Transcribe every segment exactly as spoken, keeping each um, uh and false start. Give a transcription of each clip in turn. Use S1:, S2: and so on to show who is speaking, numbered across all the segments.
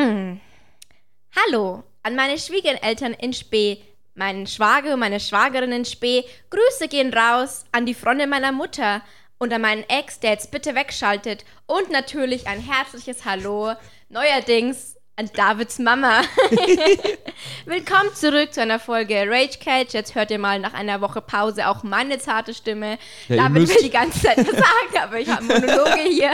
S1: Hallo an meine Schwiegereltern in Spee, meinen Schwager und meine Schwagerin in Spee. Grüße gehen raus an die Freundin meiner Mutter und an meinen Ex, der jetzt bitte wegschaltet. Und natürlich ein herzliches Hallo, neuerdings an Davids Mama. Willkommen zurück zu einer Folge Rage Cage. Jetzt hört ihr mal nach einer Woche Pause auch meine zarte Stimme. Ja, David will die ganze Zeit was sagen, aber ich habe Monologe hier.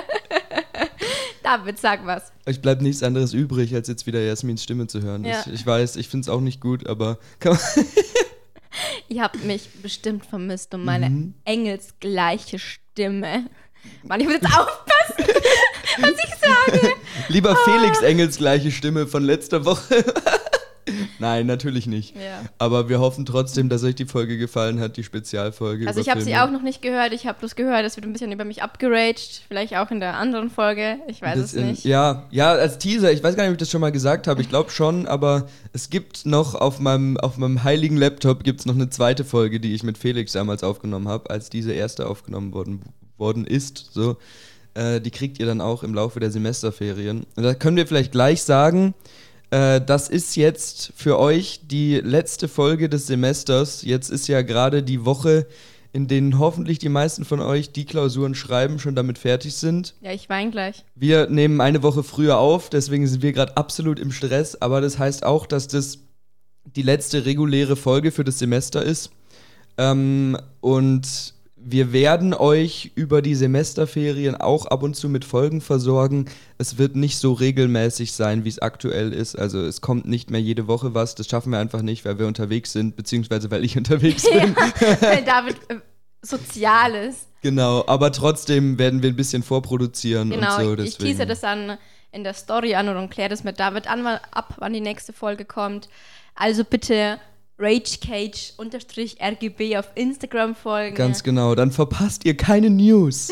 S1: David, sag was.
S2: Euch bleibt nichts anderes übrig, als jetzt wieder Jasmins Stimme zu hören.
S1: Ja.
S2: Ich, ich weiß, ich finde es auch nicht gut, aber kann man
S1: Ihr habt mich bestimmt vermisst und meine mhm. engelsgleiche Stimme. Mann, ich muss jetzt aufpassen, was ich sage.
S2: Lieber oh. Felix engelsgleiche Stimme von letzter Woche. Nein, natürlich nicht.
S1: Ja.
S2: Aber wir hoffen trotzdem, dass euch die Folge gefallen hat, die Spezialfolge.
S1: Also ich habe sie auch noch nicht gehört. Ich habe bloß gehört, es wird ein bisschen über mich abgeraged. Vielleicht auch in der anderen Folge. Ich weiß es nicht.
S2: Ja, ja, als Teaser. Ich weiß gar nicht, ob ich das schon mal gesagt habe. Ich glaube schon, aber es gibt noch auf meinem, auf meinem heiligen Laptop gibt es noch eine zweite Folge, die ich mit Felix damals aufgenommen habe, als diese erste aufgenommen worden, worden ist. So, äh, die kriegt ihr dann auch im Laufe der Semesterferien. Und da können wir vielleicht gleich sagen, Äh, das ist jetzt für euch die letzte Folge des Semesters. Jetzt ist ja gerade die Woche, in denen hoffentlich die meisten von euch, die Klausuren schreiben, schon damit fertig sind.
S1: Ja, ich weine gleich.
S2: Wir nehmen eine Woche früher auf, deswegen sind wir gerade absolut im Stress. Aber das heißt auch, dass das die letzte reguläre Folge für das Semester ist. Ähm, und wir werden euch über die Semesterferien auch ab und zu mit Folgen versorgen. Es wird nicht so regelmäßig sein, wie es aktuell ist. Also es kommt nicht mehr jede Woche was. Das schaffen wir einfach nicht, weil wir unterwegs sind, beziehungsweise weil ich unterwegs bin.
S1: Ja, weil David äh, sozial ist.
S2: Genau, aber trotzdem werden wir ein bisschen vorproduzieren
S1: genau,
S2: und so.
S1: Genau, ich tease das dann in der Story an und kläre das mit David an, ab, wann die nächste Folge kommt. Also bitte RageCage unterstrich R G B auf Instagram folgen.
S2: Ganz genau, dann verpasst ihr keine News.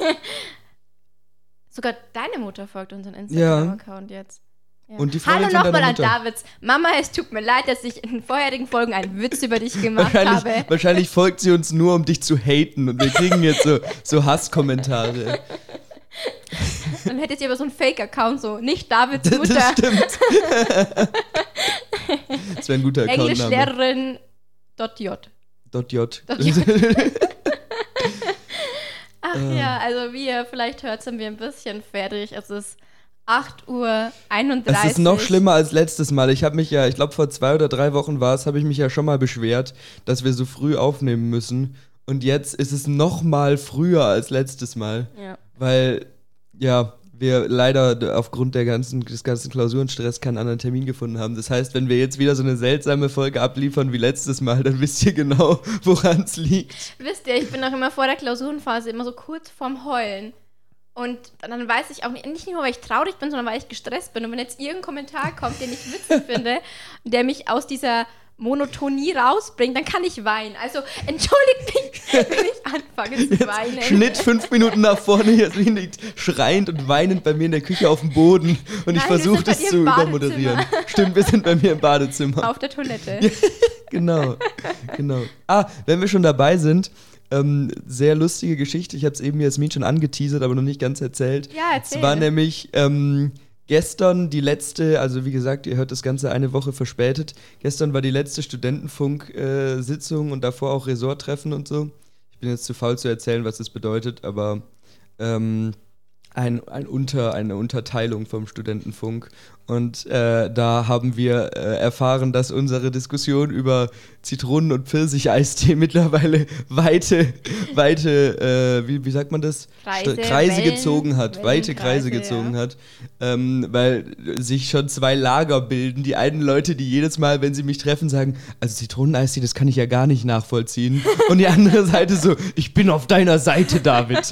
S1: Sogar deine Mutter folgt unseren Instagram-Account ja. jetzt. Ja.
S2: Und die
S1: Hallo
S2: nochmal
S1: an Davids Mama, es tut mir leid, dass ich in den vorherigen Folgen einen Witz über dich gemacht
S2: wahrscheinlich,
S1: habe.
S2: Wahrscheinlich folgt sie uns nur, um dich zu haten und wir kriegen jetzt so, so Hasskommentare.
S1: Dann hättet ihr aber so einen Fake-Account, so nicht Davids Mutter.
S2: Das stimmt. Das wäre ein guter Account.
S1: Englischlehrerin
S2: J.
S1: Dot J. Ach
S2: äh.
S1: ja, also wie ihr vielleicht hört, sind wir ein bisschen fertig. Es ist acht Uhr einunddreißig.
S2: Es ist noch schlimmer als letztes Mal. Ich habe mich ja, ich glaube vor zwei oder drei Wochen war es, habe ich mich ja schon mal beschwert, dass wir so früh aufnehmen müssen. Und jetzt ist es noch mal früher als letztes Mal.
S1: Ja.
S2: Weil, ja, wir leider aufgrund der ganzen, des ganzen Klausurenstress keinen anderen Termin gefunden haben. Das heißt, wenn wir jetzt wieder so eine seltsame Folge abliefern wie letztes Mal, dann wisst ihr genau, woran es liegt.
S1: Wisst ihr, ich bin auch immer vor der Klausurenphase immer so kurz vorm Heulen. Und dann weiß ich auch nicht, nicht nur, weil ich traurig bin, sondern weil ich gestresst bin. Und wenn jetzt irgendein Kommentar kommt, den ich witzig finde, der mich aus dieser Monotonie rausbringt, dann kann ich weinen. Also entschuldigt mich, wenn ich anfange zu
S2: Jetzt
S1: weinen.
S2: Schnitt fünf Minuten nach vorne, Jasmin liegt schreiend und weinend bei mir in der Küche auf dem Boden und
S1: Nein,
S2: ich versuche das zu übermoderieren. Stimmt, wir sind bei mir im Badezimmer.
S1: Auf der Toilette.
S2: Genau, genau. Ah, wenn wir schon dabei sind, ähm, sehr lustige Geschichte. Ich habe es eben Jasmin schon angeteasert, aber noch nicht ganz erzählt.
S1: Ja, erzähl.
S2: Es war nämlich ähm, gestern die letzte, also wie gesagt, ihr hört das Ganze eine Woche verspätet. Gestern war die letzte Studentenfunk-Sitzung äh, und davor auch Ressorttreffen und so. Ich bin jetzt zu faul zu erzählen, was das bedeutet, aber ähm, ein, ein Unter, eine Unterteilung vom Studentenfunk. Und äh, da haben wir äh, erfahren, dass unsere Diskussion über Zitronen- und Pfirsich-Eistee mittlerweile weite, weite, äh, wie, wie sagt man das?
S1: Kreise,
S2: St- Kreise
S1: Wellen,
S2: gezogen hat, weite Kreise
S1: Kreise,
S2: gezogen
S1: ja.
S2: hat, ähm, weil sich schon zwei Lager bilden. Die einen Leute, die jedes Mal, wenn sie mich treffen, sagen, also Zitroneneistee, das kann ich ja gar nicht nachvollziehen. Und die andere Seite so, ich bin auf deiner Seite, David.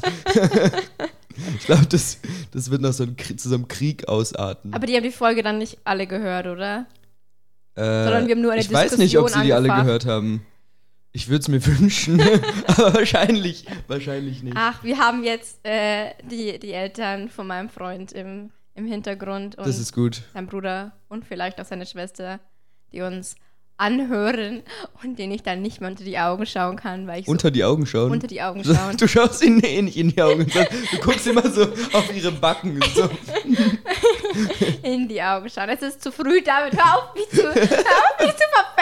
S2: Ich glaube, das, das wird noch so ein, zu so einem Krieg ausarten.
S1: Aber die haben die Folge dann nicht alle gehört, oder?
S2: Äh,
S1: Sondern wir haben nur eine
S2: ich
S1: Diskussion
S2: weiß nicht, ob sie die alle
S1: angefacht.
S2: gehört haben. Ich würde es mir wünschen, aber wahrscheinlich, wahrscheinlich nicht.
S1: Ach, wir haben jetzt äh, die, die Eltern von meinem Freund im, im Hintergrund und
S2: das ist gut.
S1: sein Bruder und vielleicht auch seine Schwester, die uns anhören und denen ich dann nicht mehr unter die Augen schauen kann, weil ich
S2: Unter
S1: so
S2: die Augen schauen?
S1: Unter die Augen schauen.
S2: Du schaust ihnen eh nicht in die Augen. Du guckst immer so auf ihre Backen. So.
S1: in die Augen schauen. Es ist zu früh, David. Hör auf, mich zu, hör auf, mich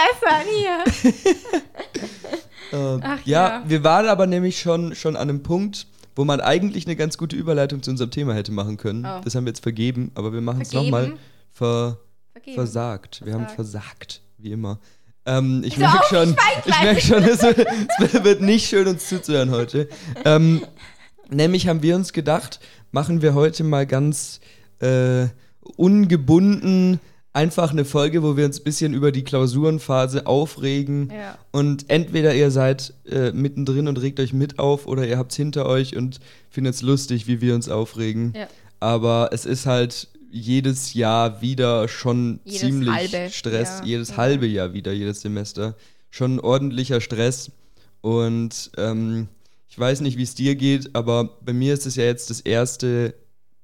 S1: zu verbessern hier.
S2: Ähm,
S1: Ach,
S2: ja,
S1: ja.
S2: wir waren aber nämlich schon, schon an einem Punkt, wo man eigentlich eine ganz gute Überleitung zu unserem Thema hätte machen können.
S1: Oh.
S2: Das haben wir jetzt vergeben, aber wir machen es
S1: Vergeben?
S2: nochmal. Ver,
S1: Vergeben.
S2: versagt. Wir haben
S1: Versagt.
S2: versagt, wie immer. Ähm, ich
S1: Hör
S2: merke
S1: auf,
S2: schon,
S1: ich wein
S2: ich merk schon es, wird, es wird nicht schön, uns zuzuhören heute. Ähm, nämlich haben wir uns gedacht, machen wir heute mal ganz äh, ungebunden einfach eine Folge, wo wir uns ein bisschen über die Klausurenphase aufregen.
S1: Ja.
S2: Und entweder ihr seid äh, mittendrin und regt euch mit auf oder ihr habt es hinter euch und findet es lustig, wie wir uns aufregen.
S1: Ja.
S2: Aber es ist halt jedes Jahr wieder schon
S1: Jedes
S2: ziemlich
S1: halbe
S2: Stress.
S1: Jahr.
S2: Jedes
S1: Ja.
S2: halbe Jahr wieder, jedes Semester. Schon ordentlicher Stress. Und ähm, ich weiß nicht, wie es dir geht, aber bei mir ist es ja jetzt das erste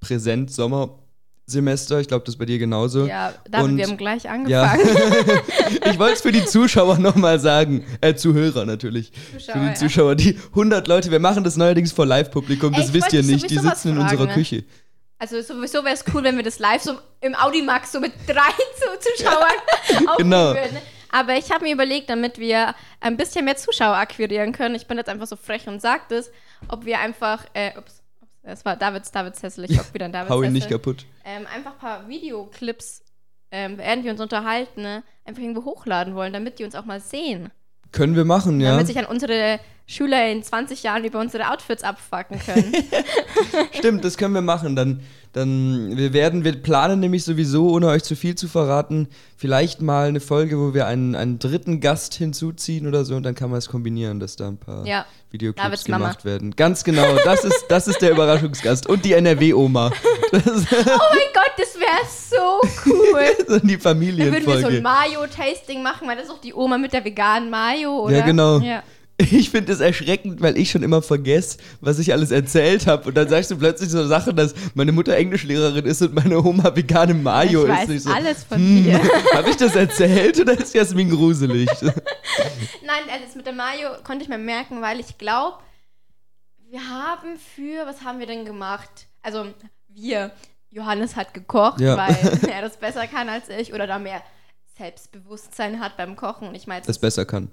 S2: Präsent-Sommersemester. Ich glaube, das ist bei dir genauso.
S1: Ja, David,
S2: Und-
S1: wir haben gleich
S2: Ja.
S1: angefangen.
S2: Ich wollte es für die Zuschauer nochmal sagen. Äh, Zuhörer natürlich.
S1: Zuschauer,
S2: für die
S1: ja.
S2: Zuschauer, die hundert Leute, wir machen das neuerdings vor Live-Publikum,
S1: Ey,
S2: das
S1: ich
S2: wisst
S1: wollte
S2: ihr
S1: dich
S2: nicht, die
S1: sowieso was
S2: sitzen in
S1: fragen,
S2: unserer
S1: ne?
S2: Küche.
S1: Also sowieso wäre es cool, wenn wir das live so im Audimax so mit drei Zu- Zuschauern aufnehmen
S2: Genau.
S1: würden. Aber ich habe mir überlegt, damit wir ein bisschen mehr Zuschauer akquirieren können, ich bin jetzt einfach so frech und sage das, ob wir einfach, äh, ups, ups, das war Davids, Davids Hessel, ich hoffe wieder ein Davids
S2: Hau ihn
S1: Hessel.
S2: nicht kaputt.
S1: ähm, einfach ein paar Videoclips, ähm, während wir uns unterhalten, ne, einfach irgendwo hochladen wollen, damit die uns auch mal sehen.
S2: Können wir machen, ja.
S1: Damit sich an unsere Schüler in zwanzig Jahren über unsere Outfits abfacken können.
S2: Stimmt, das können wir machen. Dann, dann, wir werden, wir planen nämlich sowieso, ohne euch zu viel zu verraten, vielleicht mal eine Folge, wo wir einen, einen dritten Gast hinzuziehen oder so und dann kann man es kombinieren, dass da ein paar
S1: Ja.
S2: Videoclips
S1: Davids Mama.
S2: gemacht werden. Ganz genau, das ist, das ist der Überraschungsgast und die N R W-Oma. Das
S1: Oh mein Gott, das wäre so cool.
S2: sind die
S1: Dann würden wir so ein
S2: Familienfolge.
S1: Mayo-Tasting machen, weil das ist auch die Oma mit der veganen Mayo, oder?
S2: Ja, genau.
S1: Ja.
S2: Ich finde es erschreckend, weil ich schon immer vergesse, was ich alles erzählt habe. Und dann sagst du plötzlich so Sachen, dass meine Mutter Englischlehrerin ist und meine Oma vegane Mayo
S1: Ich
S2: ist.
S1: weiß
S2: Nicht so,
S1: alles von
S2: hm,
S1: dir.
S2: Habe ich das erzählt oder ist Jasmin gruselig?
S1: Nein, also das mit der Mayo konnte ich mir merken, weil ich glaube, wir haben für, was haben wir denn gemacht? Also wir, Johannes hat gekocht,
S2: Ja.
S1: weil er das besser kann als ich oder da mehr Selbstbewusstsein hat beim Kochen. Und ich meine,
S2: Das besser kann.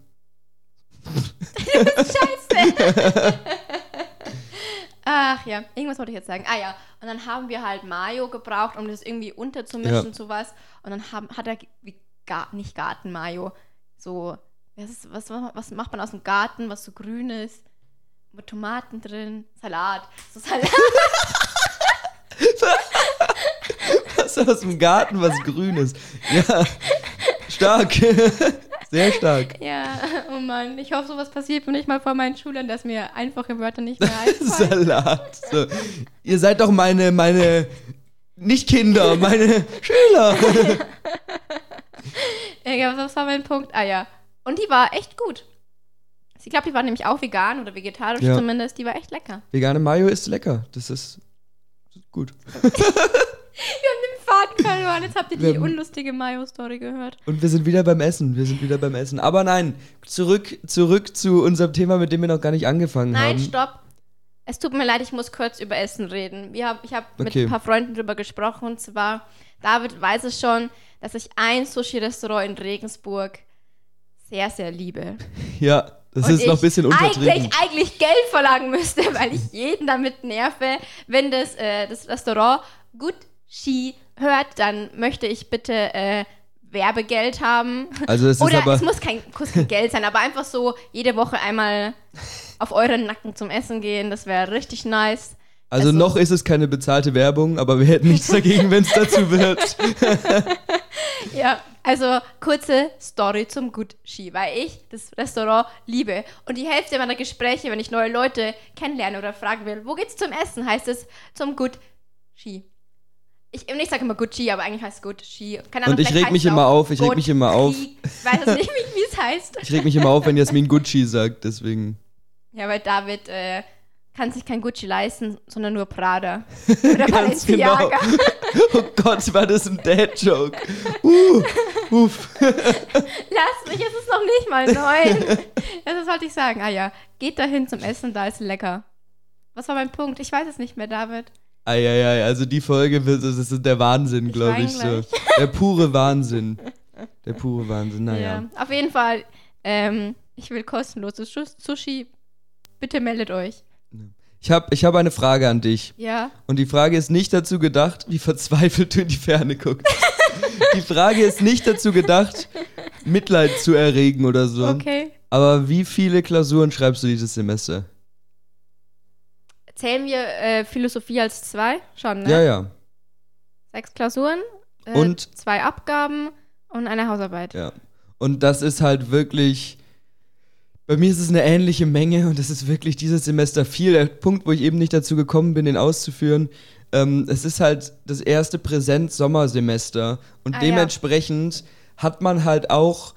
S1: Scheiße. Ach ja, irgendwas wollte ich jetzt sagen. Ah ja, und dann haben wir halt Mayo gebraucht, um das irgendwie unterzumischen
S2: Ja.
S1: zu was. Und dann haben, hat er, wie, gar, nicht Garten-Mayo, so, was, ist, was, was macht man aus dem Garten, was so grün ist, mit Tomaten drin, Salat, so Salat.
S2: Was aus dem Garten, was grün ist. Ja, stark. Sehr stark.
S1: Ja, oh Mann, ich hoffe, sowas passiert mir nicht mal vor meinen Schülern, dass mir einfache Wörter nicht mehr einfallen.
S2: Salat. So. Ihr seid doch meine, meine, nicht Kinder, meine Schüler.
S1: Ja, was war mein Punkt? Ah ja, und die war echt gut. Ich glaube, die war nämlich auch vegan oder vegetarisch
S2: Ja.
S1: zumindest. Die war echt lecker.
S2: Vegane Mayo ist lecker. Das ist gut.
S1: Faden verloren. Jetzt habt ihr
S2: Wir
S1: die
S2: haben-
S1: unlustige Mayo-Story gehört.
S2: Und wir sind wieder beim Essen. Wir sind wieder beim Essen. Aber nein, zurück, zurück zu unserem Thema, mit dem wir noch gar nicht angefangen
S1: Nein,
S2: haben.
S1: stopp. Es tut mir leid, ich muss kurz über Essen reden. Wir hab, ich habe mit
S2: Okay.
S1: ein paar Freunden drüber gesprochen. Und zwar, David weiß es schon, dass ich ein Sushi-Restaurant in Regensburg sehr, sehr liebe.
S2: Ja, das
S1: Und
S2: ist noch ein
S1: ich
S2: bisschen untertrieben.
S1: Eigentlich, eigentlich Geld verlangen müsste, weil ich jeden damit nerve. Wenn das, äh, das Restaurant Good Ski hört, dann möchte ich bitte äh, Werbegeld haben.
S2: Also es ist
S1: Oder
S2: aber
S1: es muss kein, muss kein Geld sein, aber einfach so jede Woche einmal auf euren Nacken zum Essen gehen. Das wäre richtig nice.
S2: Also,
S1: Also-
S2: noch ist es keine bezahlte Werbung, aber wir hätten nichts dagegen, wenn es dazu wird.
S1: Ja, also kurze Story zum Good Ski, weil ich das Restaurant liebe. Und die Hälfte meiner Gespräche, wenn ich neue Leute kennenlerne oder fragen will, wo geht's zum Essen, heißt es zum Good Ski. Ich, und ich sage immer Good Ski, aber eigentlich heißt es Good Ski. Keine Ahnung,
S2: Und ich
S1: vielleicht
S2: reg mich
S1: heißt es
S2: immer
S1: auch
S2: auf, ich reg
S1: Good
S2: mich immer auf.
S1: Ski. Ich weiß es nicht, wie wie es heißt.
S2: Ich reg mich immer auf, wenn Jasmin Gucci sagt, deswegen.
S1: Ja, weil David äh, kann sich kein Gucci leisten, sondern nur Prada. Oder
S2: Ganz genau.
S1: Balenciaga.
S2: Oh Gott, war das ein Dad-Joke. Uh, uff.
S1: Lass mich, es ist noch nicht mal neun. Das wollte ich sagen. Ah ja, geht dahin zum Essen, da ist lecker. Was war mein Punkt? Ich weiß es nicht mehr, David.
S2: Eieiei, also die Folge, wird, das ist der Wahnsinn, glaube ich. So. Der pure Wahnsinn. Der pure Wahnsinn, naja.
S1: Ja, auf jeden Fall, ähm, ich will kostenloses Sushi. Bitte meldet euch.
S2: Ich habe ich hab eine Frage an dich.
S1: Ja.
S2: Und die Frage ist nicht dazu gedacht, wie verzweifelt du in die Ferne guckst. Die Frage ist nicht dazu gedacht, Mitleid zu erregen oder so.
S1: Okay.
S2: Aber wie viele Klausuren schreibst du dieses Semester?
S1: Zählen wir äh, Philosophie als zwei? Schon, ne?
S2: Ja, ja.
S1: Sechs Klausuren, äh,
S2: und
S1: zwei Abgaben und eine Hausarbeit.
S2: Ja. Und das ist halt wirklich, bei mir ist es eine ähnliche Menge und es ist wirklich dieses Semester viel. Der Punkt, wo ich eben nicht dazu gekommen bin, den auszuführen, ähm, es ist halt das erste Präsenz-Sommersemester und
S1: ah,
S2: dementsprechend ja. hat man halt auch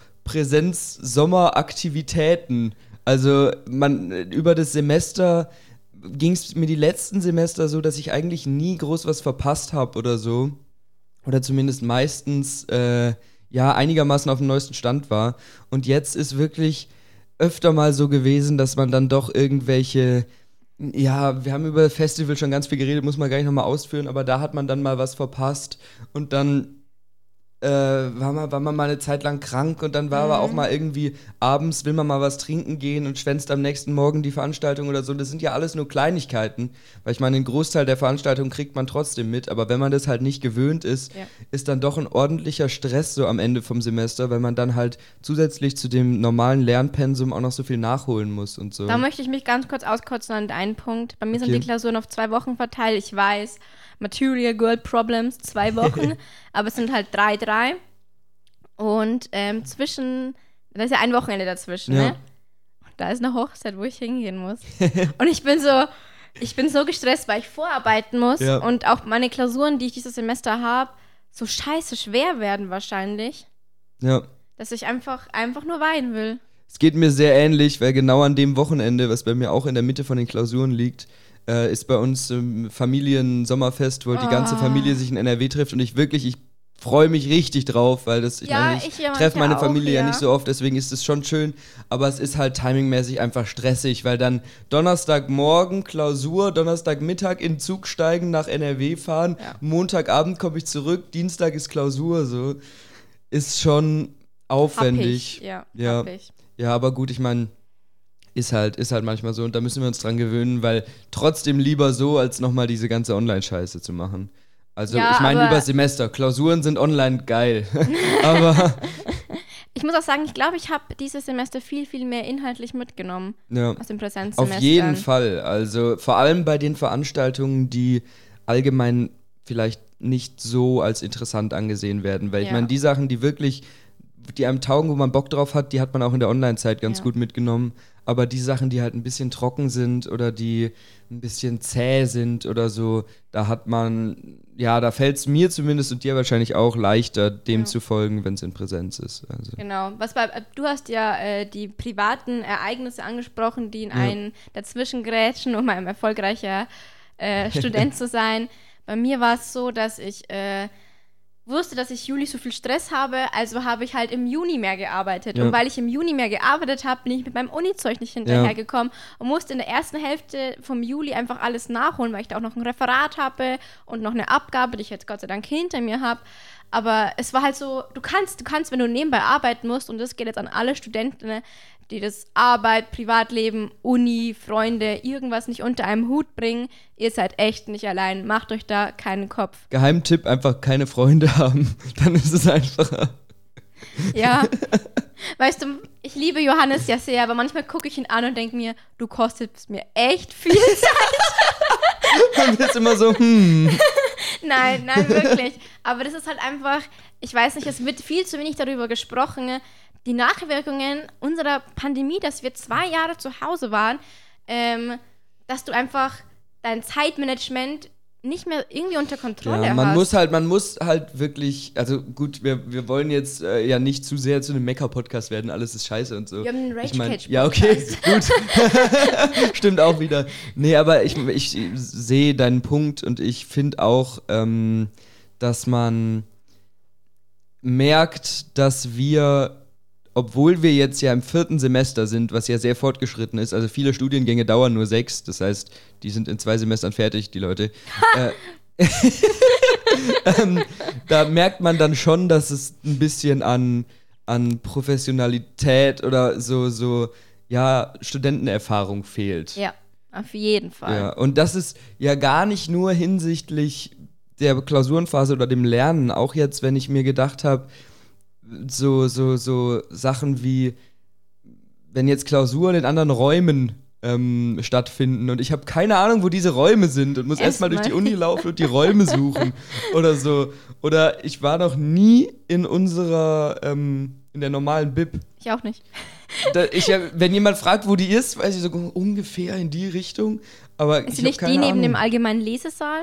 S2: Präsenz-Sommeraktivitäten. Also man über das Semester ging es mir die letzten Semester so, dass ich eigentlich nie groß was verpasst habe oder so. Oder zumindest meistens äh, ja einigermaßen auf dem neuesten Stand war. Und jetzt ist wirklich öfter mal so gewesen, dass man dann doch irgendwelche, ja, wir haben über Festival schon ganz viel geredet, muss man gar nicht nochmal ausführen, aber da hat man dann mal was verpasst und dann äh, war, man, war man mal eine Zeit lang krank und dann war mhm. aber auch mal irgendwie abends will man mal was trinken gehen und schwänzt am nächsten Morgen die Veranstaltung oder so. Das sind ja alles nur Kleinigkeiten, weil ich meine, den Großteil der Veranstaltung kriegt man trotzdem mit, aber wenn man das halt nicht gewöhnt ist, ja. ist dann doch ein ordentlicher Stress so am Ende vom Semester, weil man dann halt zusätzlich zu dem normalen Lernpensum auch noch so viel nachholen muss und so.
S1: Da möchte ich mich ganz kurz auskotzen an einen Punkt. Bei mir
S2: okay.
S1: sind die Klausuren auf zwei Wochen verteilt. Ich weiß, Material Girl Problems, zwei Wochen, aber es sind halt drei, drei. Und ähm, zwischen, da ist ja ein Wochenende dazwischen, ja. ne? Und da ist eine Hochzeit, wo ich hingehen muss. Und ich bin so, ich bin so gestresst, weil ich vorarbeiten muss ja. und auch meine Klausuren, die ich dieses Semester habe, so scheiße schwer werden wahrscheinlich.
S2: Ja.
S1: Dass ich einfach, einfach nur weinen will.
S2: Es geht mir sehr ähnlich, weil genau an dem Wochenende, was bei mir auch in der Mitte von den Klausuren liegt, äh, ist bei uns ähm, Familien-Sommerfest, wo oh. die ganze Familie sich in N R W trifft und ich wirklich, ich freue mich richtig drauf, weil das, ich
S1: ja,
S2: meine, ich, ich ja treffe meine Familie auch, ja. ja nicht so oft, deswegen ist es schon schön, aber es ist halt timingmäßig einfach stressig, weil dann Donnerstagmorgen Klausur, Donnerstagmittag in den Zug steigen, nach N R W fahren, ja. Montagabend komme ich zurück, Dienstag ist Klausur, so, ist schon aufwendig.
S1: Happig, ja,
S2: ja.
S1: Happig.
S2: Ja, aber gut, ich meine, ist halt, ist halt manchmal so und da müssen wir uns dran gewöhnen, weil trotzdem lieber so, als nochmal diese ganze Online-Scheiße zu machen. Also ja, ich meine über Semester, Klausuren sind online geil, aber
S1: ich muss auch sagen, ich glaube, ich habe dieses Semester viel, viel mehr inhaltlich mitgenommen
S2: ja.
S1: aus dem Präsenzsemester.
S2: Auf jeden Fall, also vor allem bei den Veranstaltungen, die allgemein vielleicht nicht so als interessant angesehen werden, weil ja. ich meine, die Sachen, die wirklich, die einem taugen, wo man Bock drauf hat, die hat man auch in der Online-Zeit ganz ja. gut mitgenommen. Aber die Sachen, die halt ein bisschen trocken sind oder die ein bisschen zäh sind oder so, da hat man, ja, da fällt es mir zumindest und dir wahrscheinlich auch leichter, dem ja. zu folgen, wenn es in Präsenz ist. Also.
S1: Genau. Was bei, du hast ja äh, die privaten Ereignisse angesprochen, die in ja. einen dazwischen grätschen, um ein erfolgreicher äh, Student zu sein. Bei mir war es so, dass ich äh, wusste, dass ich Juli so viel Stress habe, also habe ich halt im Juni mehr gearbeitet. Ja. Und weil ich im Juni mehr gearbeitet habe, bin ich mit meinem Uni-Zeug nicht hinterhergekommen ja. und musste in der ersten Hälfte vom Juli einfach alles nachholen, weil ich da auch noch ein Referat habe und noch eine Abgabe, die ich jetzt Gott sei Dank hinter mir habe. Aber es war halt so, du kannst, du kannst, wenn du nebenbei arbeiten musst, und das geht jetzt an alle Studenten, die das Arbeit, Privatleben, Uni, Freunde, irgendwas nicht unter einem Hut bringen, ihr seid echt nicht allein. Macht euch da keinen Kopf.
S2: Geheimtipp, einfach keine Freunde haben. Dann ist es einfacher.
S1: Ja. Weißt du, ich liebe Johannes ja sehr, aber manchmal gucke ich ihn an und denke mir, du kostest mir echt viel Zeit.
S2: Und bist immer so, hm.
S1: Nein, nein, wirklich. Aber das ist halt einfach, ich weiß nicht, es wird viel zu wenig darüber gesprochen, die Nachwirkungen unserer Pandemie, dass wir zwei Jahre zu Hause waren, ähm, dass du einfach dein Zeitmanagement nicht mehr irgendwie unter Kontrolle
S2: ja, man
S1: hast.
S2: muss halt, man muss halt wirklich, also gut, wir, wir wollen jetzt äh, ja nicht zu sehr zu einem Mecker-Podcast werden, alles ist scheiße und so.
S1: Wir haben einen Rage-Cage-Podcast.
S2: Ich mein, ja, okay, gut. Stimmt auch wieder. Nee, aber ich, ich sehe deinen Punkt und ich finde auch, ähm, dass man merkt, dass wir obwohl wir jetzt ja im vierten Semester sind, was ja sehr fortgeschritten ist, also viele Studiengänge dauern nur sechs, das heißt, die sind in zwei Semestern fertig, die Leute. äh, ähm, da merkt man dann schon, dass es ein bisschen an, an Professionalität oder so, so, ja, Studentenerfahrung fehlt.
S1: Ja, auf jeden Fall.
S2: Ja, und das ist ja gar nicht nur hinsichtlich der Klausurenphase oder dem Lernen, auch jetzt, wenn ich mir gedacht habe, so, so, so Sachen wie, wenn jetzt Klausuren in anderen Räumen ähm, stattfinden und ich habe keine Ahnung, wo diese Räume sind und muss erstmal erst durch die Uni laufen und die Räume suchen oder so. Oder ich war noch nie in unserer, ähm, in der normalen Bib.
S1: Ich auch nicht.
S2: Da, ich, wenn jemand fragt, wo die ist, weiß ich so ungefähr in die Richtung. Aber
S1: ist
S2: ich
S1: sie nicht
S2: keine
S1: die neben
S2: Ahnung.
S1: dem allgemeinen Lesesaal?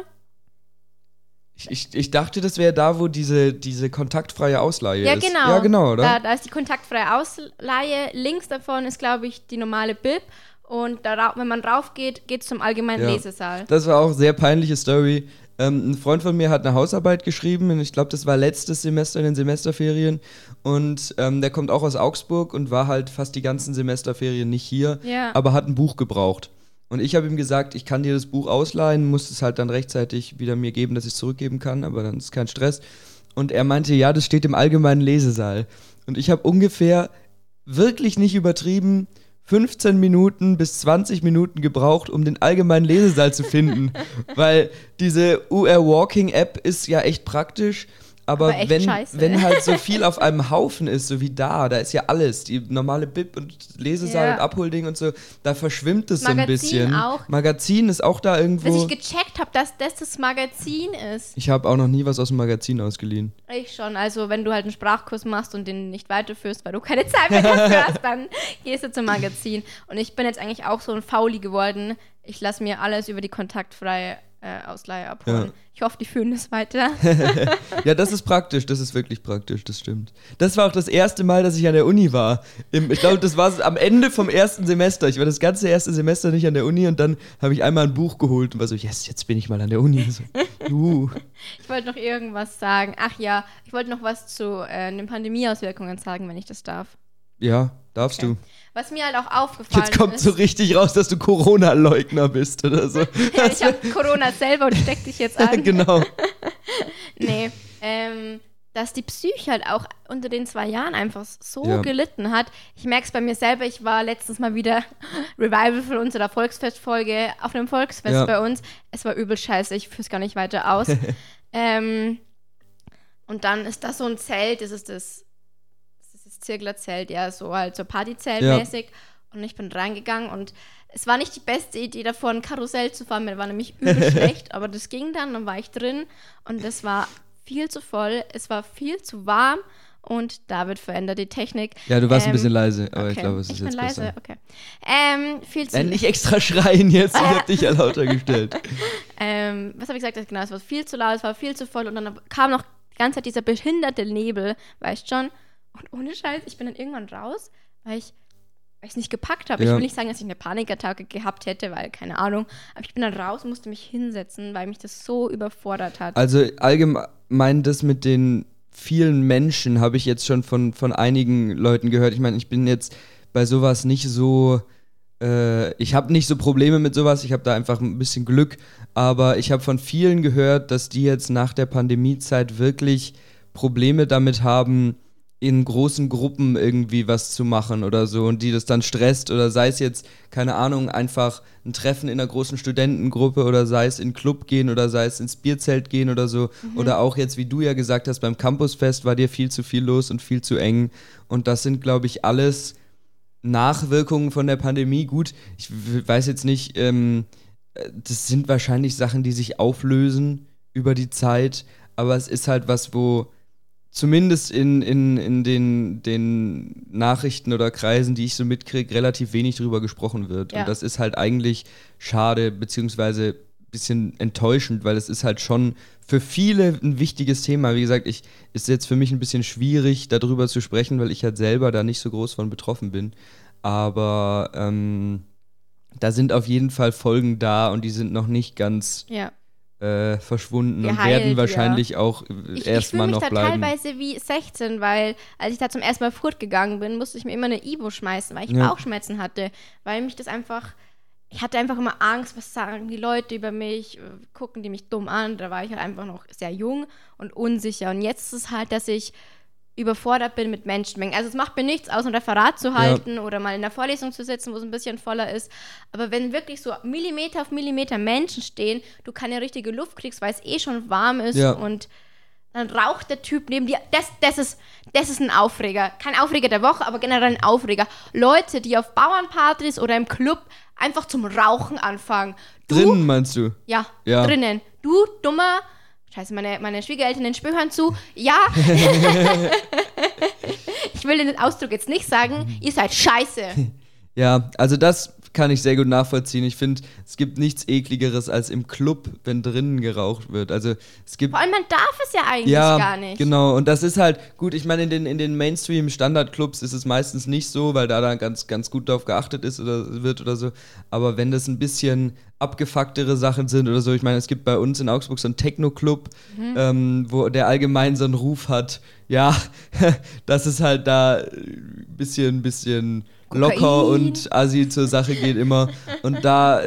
S2: Ich, ich, ich dachte, das wäre da, wo diese, diese kontaktfreie Ausleihe
S1: Ja,
S2: ist.
S1: genau.
S2: Ja, genau, oder?
S1: Da, da ist die kontaktfreie Ausleihe. Links davon ist, glaube ich, die normale Bib. Und da, wenn man rauf geht, geht es zum allgemeinen
S2: Ja.
S1: Lesesaal.
S2: Das war auch eine sehr peinliche Story. Ähm, ein Freund von mir hat eine Hausarbeit geschrieben. Und ich glaube, das war letztes Semester in den Semesterferien. Und ähm, der kommt auch aus Augsburg und war halt fast die ganzen Semesterferien nicht hier,
S1: Ja.
S2: aber hat ein Buch gebraucht. Und ich habe ihm gesagt, ich kann dir das Buch ausleihen, muss es halt dann rechtzeitig wieder mir geben, dass ich es zurückgeben kann, aber dann ist kein Stress. Und er meinte, ja, das steht im allgemeinen Lesesaal. Und ich habe ungefähr, wirklich nicht übertrieben, fünfzehn Minuten bis zwanzig Minuten gebraucht, um den allgemeinen Lesesaal zu finden. Weil diese U R Walking App ist ja echt praktisch. Aber,
S1: Aber echt
S2: wenn,
S1: scheiße.
S2: wenn halt so viel auf einem Haufen ist, so wie da, da ist ja alles, die normale Bib und Lesesaal
S1: Ja.
S2: und Abholding und so, da verschwimmt es so
S1: Magazin
S2: ein bisschen.
S1: auch.
S2: Magazin ist auch da irgendwo.
S1: Bis ich gecheckt habe, dass das das Magazin ist.
S2: Ich habe auch noch nie was aus dem Magazin ausgeliehen.
S1: Ich schon. Also, wenn du halt einen Sprachkurs machst und den nicht weiterführst, weil du keine Zeit mehr dafür hast, dann gehst du zum Magazin. Und ich bin jetzt eigentlich auch so ein Fauli geworden. Ich lasse mir alles über die kontaktfreie äh, Ausleihe abholen.
S2: Ja.
S1: Ich hoffe, die führen das weiter.
S2: Ja, das ist praktisch, das ist wirklich praktisch, das stimmt. Das war auch das erste Mal, dass ich an der Uni war. Im, ich glaube, das war am Ende vom ersten Semester. Ich war das ganze erste Semester nicht an der Uni und dann habe ich einmal ein Buch geholt und war so, yes, jetzt bin ich mal an der Uni. So, uh.
S1: Ich wollte noch irgendwas sagen. Ach ja, ich wollte noch was zu äh, den Pandemieauswirkungen sagen, wenn ich das darf.
S2: Ja, darfst
S1: Okay.
S2: du.
S1: Was mir halt auch aufgefallen
S2: Jetzt kommt
S1: ist.
S2: so richtig raus, dass du Corona-Leugner bist oder so.
S1: Ja, ich habe Corona selber und steck dich jetzt an.
S2: Genau.
S1: Nee, ähm, dass die Psyche halt auch unter den zwei Jahren einfach so
S2: Ja.
S1: gelitten hat. Ich merke es bei mir selber, ich war letztens mal wieder Revival von unserer Volksfestfolge auf einem Volksfest
S2: Ja.
S1: bei uns. Es war übel scheiße, ich führe es gar nicht weiter aus. ähm, und dann ist das so ein Zelt, das ist das, das, ist das Zirklerzelt, ja, so halt so Partyzeltmäßig. Und ich bin reingegangen und es war nicht die beste Idee davor, ein Karussell zu fahren, mir war nämlich übel schlecht, aber das ging dann, dann war ich drin und es war viel zu voll, es war viel zu warm und David verändert die Technik.
S2: Ja, du warst
S1: Ähm,
S2: ein bisschen leise, aber
S1: okay.
S2: ich glaube, es ist
S1: ich bin
S2: jetzt
S1: leise,
S2: besser.
S1: okay. Ähm, viel zu
S2: Nein, nicht extra schreien jetzt, ich hab dich ja lauter gestellt.
S1: ähm, was habe ich gesagt? Genau, es war viel zu laut, es war viel zu voll und dann kam noch die ganze Zeit dieser behinderte Nebel, weißt schon. Und ohne Scheiß, ich bin dann irgendwann raus, weil ich weil ich es nicht gepackt habe.
S2: Ja.
S1: Ich will nicht sagen, dass ich eine Panikattacke gehabt hätte, weil, keine Ahnung. Aber ich bin dann raus und musste mich hinsetzen, weil mich das so überfordert hat.
S2: Also allgemein das mit den vielen Menschen habe ich jetzt schon von, von einigen Leuten gehört. Ich meine, ich bin jetzt bei sowas nicht so, äh, ich habe nicht so Probleme mit sowas, ich habe da einfach ein bisschen Glück, aber ich habe von vielen gehört, dass die jetzt nach der Pandemiezeit wirklich Probleme damit haben, in großen Gruppen irgendwie was zu machen oder so und die das dann stresst oder sei es jetzt, keine Ahnung, einfach ein Treffen in einer großen Studentengruppe oder sei es in einen Club gehen oder sei es ins Bierzelt gehen oder so
S1: Mhm.
S2: oder auch jetzt, wie du ja gesagt hast, beim Campusfest war dir viel zu viel los und viel zu eng und das sind, glaube ich, alles Nachwirkungen von der Pandemie. Gut, ich w- weiß jetzt nicht, ähm, das sind wahrscheinlich Sachen, die sich auflösen über die Zeit, aber es ist halt was, wo zumindest in, in, in den, den Nachrichten oder Kreisen, die ich so mitkriege, relativ wenig drüber gesprochen wird.
S1: Ja.
S2: Und das ist halt eigentlich schade, beziehungsweise ein bisschen enttäuschend, weil es ist halt schon für viele ein wichtiges Thema. Wie gesagt, ich ist jetzt für mich ein bisschen schwierig, darüber zu sprechen, weil ich halt selber da nicht so groß von betroffen bin. Aber ähm, da sind auf jeden Fall Folgen da und die sind noch nicht ganz
S1: ja.
S2: äh, verschwunden
S1: Geheilt,
S2: und werden wahrscheinlich
S1: ja.
S2: auch
S1: Ich,
S2: erstmal noch
S1: Ich fühle mich da
S2: bleiben.
S1: teilweise wie sechzehn, weil als ich da zum ersten Mal fortgegangen bin, musste ich mir immer eine Ibo schmeißen, weil ich
S2: Ja.
S1: Bauchschmerzen hatte, weil mich das einfach, ich hatte einfach immer Angst, was sagen die Leute über mich, gucken die mich dumm an, da war ich halt einfach noch sehr jung und unsicher und jetzt ist es halt, dass ich überfordert bin mit Menschenmengen. Also es macht mir nichts aus, ein Referat zu halten ja. oder mal in der Vorlesung zu sitzen, wo es ein bisschen voller ist. Aber wenn wirklich so Millimeter auf Millimeter Menschen stehen, du keine richtige Luft kriegst, weil es eh schon warm ist
S2: ja.
S1: und dann raucht der Typ neben dir. Das, das, ist, das ist ein Aufreger. Kein Aufreger der Woche, aber generell ein Aufreger. Leute, die auf Bauernpartys oder im Club einfach zum Rauchen anfangen. Du,
S2: drinnen meinst du?
S1: Ja,
S2: ja,
S1: drinnen. Du, dummer... Scheiße, meine, meine Schwiegereltern spüren zu. Ja. Ich will den Ausdruck jetzt nicht sagen. Ihr seid scheiße.
S2: Ja, also das kann ich sehr gut nachvollziehen. Ich finde, es gibt nichts Ekligeres als im Club, wenn drinnen geraucht wird. Also es gibt...
S1: Vor allem, man darf es ja eigentlich
S2: ja,
S1: gar nicht.
S2: Genau. Und das ist halt, gut, ich meine, in den, in den Mainstream-Standard-Clubs ist es meistens nicht so, weil da dann ganz, ganz gut darauf geachtet ist oder wird oder so. Aber wenn das ein bisschen abgefucktere Sachen sind oder so, ich meine, es gibt bei uns in Augsburg so einen Techno-Club, mhm. ähm, wo der allgemein so einen Ruf hat, ja, dass es halt da ein bisschen, bisschen locker und assi zur Sache geht immer. Und da,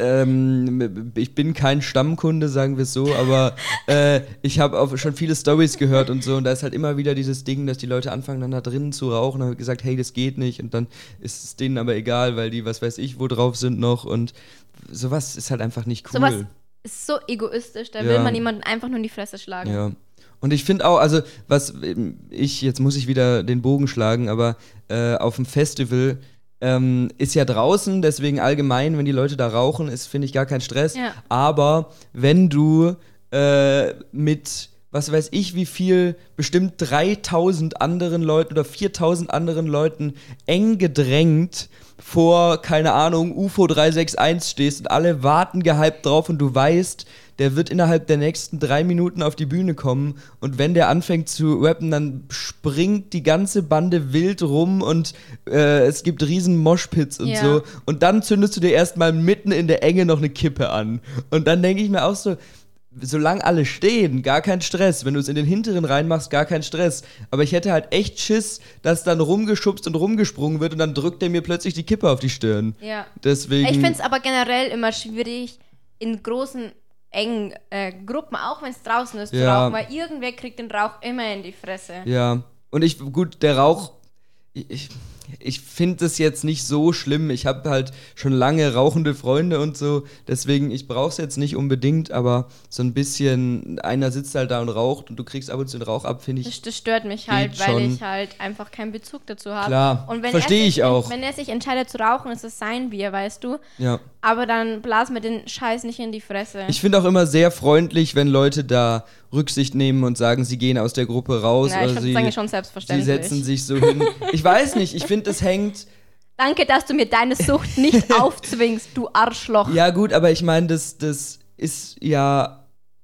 S2: ähm, ich bin kein Stammkunde, sagen wir es so, aber äh, ich habe auch schon viele Storys gehört und so. Und da ist halt immer wieder dieses Ding, dass die Leute anfangen, dann da drinnen zu rauchen. Und haben gesagt, hey, das geht nicht. Und dann ist es denen aber egal, weil die, was weiß ich, wo drauf sind noch. Und sowas ist halt einfach nicht cool.
S1: Sowas ist so egoistisch. Da ja. will man jemanden einfach nur in die Fresse schlagen.
S2: Ja. Und ich finde auch, also, was ich, jetzt muss ich wieder den Bogen schlagen, aber äh, auf dem Festival ähm, ist ja draußen, deswegen allgemein, wenn die Leute da rauchen, ist, finde ich, gar kein Stress.
S1: Ja.
S2: Aber wenn du äh, mit, was weiß ich, wie viel, bestimmt dreitausend anderen Leuten oder viertausend anderen Leuten eng gedrängt vor, keine Ahnung, U F O drei sechs eins stehst und alle warten gehypt drauf und du weißt, der wird innerhalb der nächsten drei Minuten auf die Bühne kommen und wenn der anfängt zu rappen, dann springt die ganze Bande wild rum und äh, es gibt riesen Moshpits und
S1: ja.
S2: so und dann zündest du dir erstmal mitten in der Enge noch eine Kippe an und dann denke ich mir auch so, solange alle stehen, gar kein Stress. Wenn du es in den hinteren reinmachst, gar kein Stress. Aber ich hätte halt echt Schiss, dass dann rumgeschubst und rumgesprungen wird und dann drückt er mir plötzlich die Kippe auf die Stirn.
S1: Ja.
S2: Deswegen.
S1: Ich finde es aber generell immer schwierig, in großen, engen äh, Gruppen, auch wenn es draußen ist,
S2: ja.
S1: zu rauchen, weil irgendwer kriegt den Rauch immer in die Fresse.
S2: Ja. Und ich, gut, der Rauch, ich, ich finde es jetzt nicht so schlimm. Ich habe halt schon lange rauchende Freunde und so. Deswegen, ich brauche es jetzt nicht unbedingt, aber so ein bisschen, einer sitzt halt da und raucht und du kriegst ab und zu den Rauch ab, finde ich.
S1: Das, das stört mich halt, weil schon. ich halt einfach keinen Bezug dazu habe.
S2: Klar, verstehe ich auch.
S1: Wenn er sich entscheidet zu rauchen, ist es sein Bier, weißt du.
S2: Ja.
S1: Aber dann blas mir den Scheiß nicht in die Fresse.
S2: Ich finde auch immer sehr freundlich, wenn Leute da Rücksicht nehmen und sagen, sie gehen aus der Gruppe raus.
S1: Ja, ich
S2: oder
S1: finde das eigentlich schon selbstverständlich.
S2: Sie setzen sich so hin. Ich weiß nicht, ich finde, das hängt...
S1: Danke, dass du mir deine Sucht nicht aufzwingst, du Arschloch.
S2: Ja gut, aber ich meine, das, das ist ja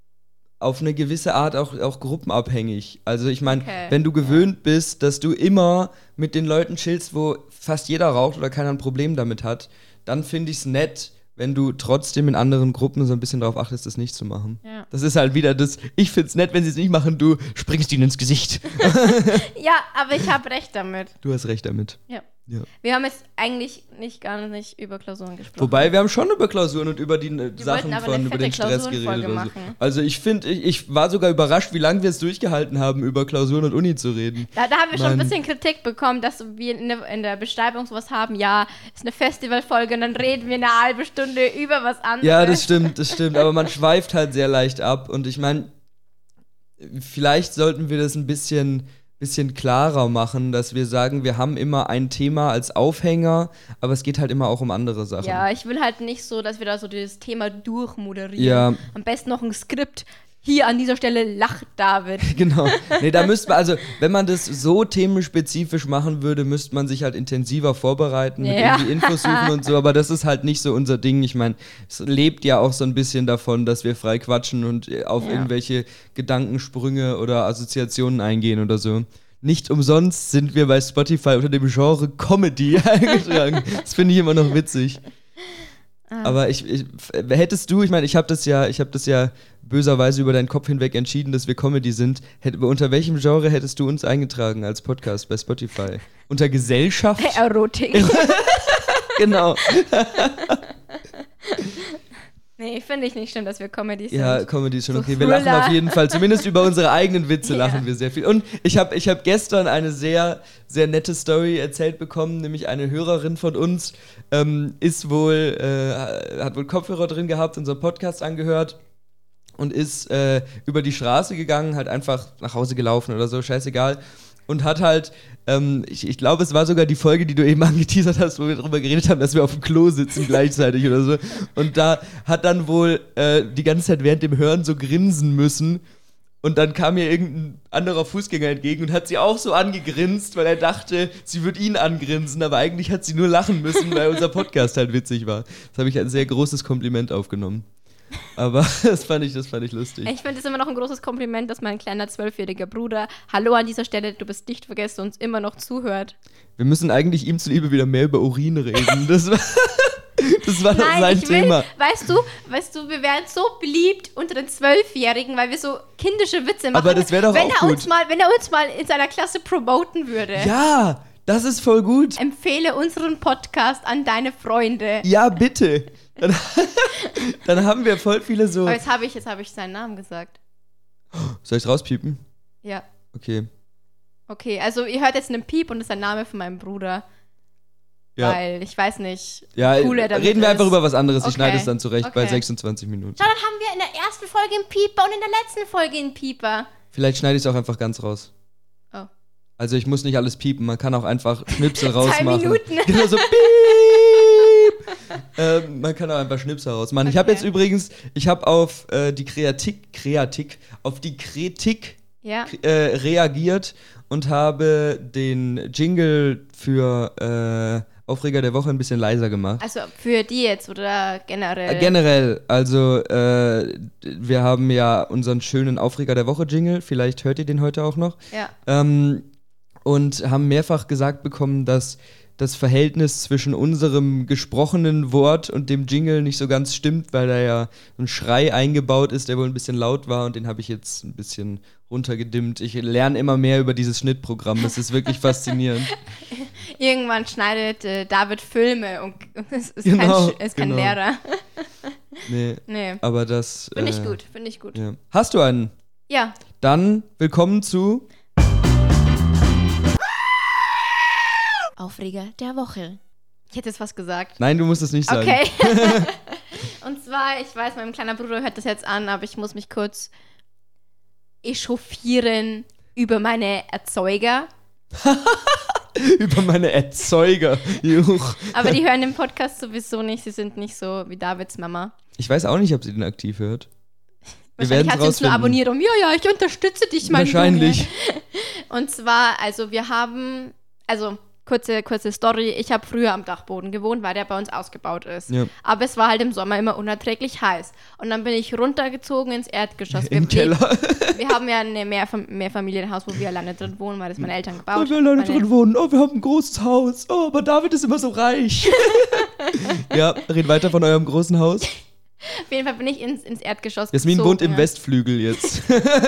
S2: auf eine gewisse Art auch, auch gruppenabhängig. Also ich meine,
S1: okay.
S2: wenn du gewöhnt bist, dass du immer mit den Leuten chillst, wo fast jeder raucht oder keiner ein Problem damit hat, dann finde ich es nett, wenn du trotzdem in anderen Gruppen so ein bisschen darauf achtest, das nicht zu machen.
S1: Ja.
S2: Das ist halt wieder das, ich find's nett, wenn sie es nicht machen, du springst ihnen ins Gesicht.
S1: Ja, aber ich habe recht damit.
S2: Du hast recht damit.
S1: Ja.
S2: Ja.
S1: Wir haben jetzt eigentlich nicht gar nicht über Klausuren gesprochen.
S2: Wobei, wir haben schon über Klausuren und über die äh, Sachen
S1: aber
S2: von über den Stress geredet. Oder so. Also ich finde, ich, ich war sogar überrascht, wie lange wir es durchgehalten haben, über Klausuren und Uni zu reden.
S1: Da, da haben wir schon ein bisschen Kritik bekommen, dass wir in der, in der Beschreibung sowas haben, ja, ist eine Festivalfolge und dann reden wir eine halbe Stunde über was anderes.
S2: Ja, das stimmt, das stimmt. Aber man schweift halt sehr leicht ab und ich meine, vielleicht sollten wir das ein bisschen... bisschen klarer machen, dass wir sagen, wir haben immer ein Thema als Aufhänger, aber es geht halt immer auch um andere Sachen.
S1: Ja, ich will halt nicht so, dass wir da so dieses Thema durchmoderieren.
S2: Ja.
S1: Am besten noch ein Skript. Hier an dieser Stelle lacht David.
S2: Genau. Nee, da müsste man, also, wenn man das so themenspezifisch machen würde, müsste man sich halt intensiver vorbereiten,
S1: ja.
S2: mit irgendwie Infos suchen und so, aber das ist halt nicht so unser Ding. Ich meine, es lebt ja auch so ein bisschen davon, dass wir frei quatschen und auf ja. irgendwelche Gedankensprünge oder Assoziationen eingehen oder so. Nicht umsonst sind wir bei Spotify unter dem Genre Comedy eingetragen. Das finde ich immer noch witzig.
S1: Ah.
S2: Aber ich, ich hättest du, ich meine, ich habe das ja, ich habe das ja böserweise über deinen Kopf hinweg entschieden, dass wir Comedy sind. Hätt, unter welchem Genre hättest du uns eingetragen als Podcast bei Spotify? Unter Gesellschaft?
S1: Erotik.
S2: Genau.
S1: Nee, finde ich nicht schlimm, dass wir Comedy sind.
S2: Ja, Comedy ist schon
S1: So
S2: okay. Wir lachen
S1: Thriller.
S2: auf jeden Fall. Zumindest über unsere eigenen Witze
S1: Ja.
S2: lachen wir sehr viel. Und ich habe ich hab gestern eine sehr, sehr nette Story erzählt bekommen, nämlich eine Hörerin von uns ähm, ist wohl, äh, hat wohl Kopfhörer drin gehabt, unseren Podcast angehört und ist äh, über die Straße gegangen, halt einfach nach Hause gelaufen oder so, scheißegal. Und hat halt, ähm, ich, ich glaube, es war sogar die Folge, die du eben angeteasert hast, wo wir darüber geredet haben, dass wir auf dem Klo sitzen gleichzeitig oder so. Und da hat dann wohl äh, die ganze Zeit während dem Hören so grinsen müssen. Und dann kam ihr irgendein anderer Fußgänger entgegen und hat sie auch so angegrinst, weil er dachte, sie würde ihn angrinsen. Aber eigentlich hat sie nur lachen müssen, weil unser Podcast halt witzig war. Das habe ich als sehr großes Kompliment aufgenommen. Aber das fand ich, das fand ich lustig.
S1: Ich finde es immer noch ein großes Kompliment, dass mein kleiner zwölfjähriger Bruder, hallo an dieser Stelle, du bist nicht vergessen, uns immer noch zuhört.
S2: Wir müssen eigentlich ihm zuliebe wieder mehr über Urin reden. Das war, das war doch
S1: Nein,
S2: sein
S1: ich will,
S2: Thema.
S1: weißt du, weißt du, wir wären so beliebt unter den Zwölfjährigen, weil wir so kindische Witze machen.
S2: Aber das wäre doch
S1: wenn
S2: auch
S1: er
S2: gut.
S1: Uns mal, wenn er uns mal in seiner Klasse promoten würde.
S2: Ja, das ist voll gut.
S1: Empfehle unseren Podcast an deine Freunde.
S2: Ja, bitte. Dann, dann haben wir voll viele so...
S1: Aber jetzt habe ich, jetzt habe ich seinen Namen gesagt.
S2: Soll ich rauspiepen?
S1: Ja.
S2: Okay.
S1: Okay, also ihr hört jetzt einen Piep und das ist der Name von meinem Bruder.
S2: Ja.
S1: Weil, ich weiß nicht,
S2: Ja,
S1: cool er damit
S2: reden wir
S1: ist.
S2: einfach über was anderes. Ich
S1: Okay.
S2: schneide es dann zurecht bei
S1: Okay.
S2: sechsundzwanzig Minuten.
S1: Schau, dann haben wir in der ersten Folge einen Pieper und in der letzten Folge einen Pieper.
S2: Vielleicht schneide ich es auch einfach ganz raus.
S1: Oh.
S2: Also ich muss nicht alles piepen. Man kann auch einfach Schnipsel
S1: Zwei
S2: rausmachen.
S1: Minuten.
S2: Genau so piep. ähm, man kann auch einfach Schnipsel rausmachen. Ich habe
S1: Okay.
S2: jetzt übrigens, ich habe auf äh, die Kreatik, Kreatik, auf die Kritik
S1: Ja.
S2: äh, reagiert und habe den Jingle für äh, Aufreger der Woche ein bisschen leiser gemacht.
S1: Also für die jetzt oder generell?
S2: Äh, generell, also äh, wir haben ja unseren schönen Aufreger der Woche Jingle, vielleicht hört ihr den heute auch noch.
S1: Ja.
S2: Ähm, und haben mehrfach gesagt bekommen, dass das Verhältnis zwischen unserem gesprochenen Wort und dem Jingle nicht so ganz stimmt, weil da ja ein Schrei eingebaut ist, der wohl ein bisschen laut war und den habe ich jetzt ein bisschen runtergedimmt. Ich lerne immer mehr über dieses Schnittprogramm, das ist wirklich faszinierend.
S1: Irgendwann schneidet äh, David Filme und es ist
S2: Genau,
S1: kein, ist kein
S2: genau.
S1: Lehrer.
S2: Nee,
S1: Nee,
S2: aber das...
S1: finde ich
S2: äh,
S1: gut, finde ich gut.
S2: Ja. Hast du einen?
S1: Ja.
S2: Dann willkommen zu...
S1: Aufreger der Woche. Ich hätte jetzt was gesagt.
S2: Nein, du musst es nicht sagen.
S1: Okay. Und zwar, ich weiß, mein kleiner Bruder hört das jetzt an, aber ich muss mich kurz echauffieren über meine Erzeuger.
S2: Über meine Erzeuger. Juch.
S1: Aber die hören den Podcast sowieso nicht. Sie sind nicht so wie Davids Mama.
S2: Ich weiß auch nicht, ob sie den aktiv hört. Wir
S1: Wahrscheinlich
S2: werden's
S1: hat sie uns nur
S2: rausfinden.
S1: abonniert und ja, ja, ich unterstütze dich, mein
S2: Wahrscheinlich.
S1: Junge. Und zwar, also wir haben, also kurze, kurze Story, ich habe früher am Dachboden gewohnt, weil der bei uns ausgebaut ist.
S2: Ja.
S1: Aber es war halt im Sommer immer unerträglich heiß. Und dann bin ich runtergezogen ins Erdgeschoss.
S2: Im
S1: wir,
S2: Keller.
S1: Wir, wir haben ja ein Mehrfam- Mehrfamilienhaus, wo wir alleine drin wohnen, weil das meine Eltern gebaut
S2: Oh, wir alleine
S1: meine-
S2: drin wohnen. Oh, wir haben ein großes Haus. Oh, aber David ist immer so reich. Ja, red weiter von eurem großen Haus.
S1: Auf jeden Fall bin ich ins, ins Erdgeschoss
S2: Jasmin
S1: gezogen.
S2: wohnt im Westflügel jetzt.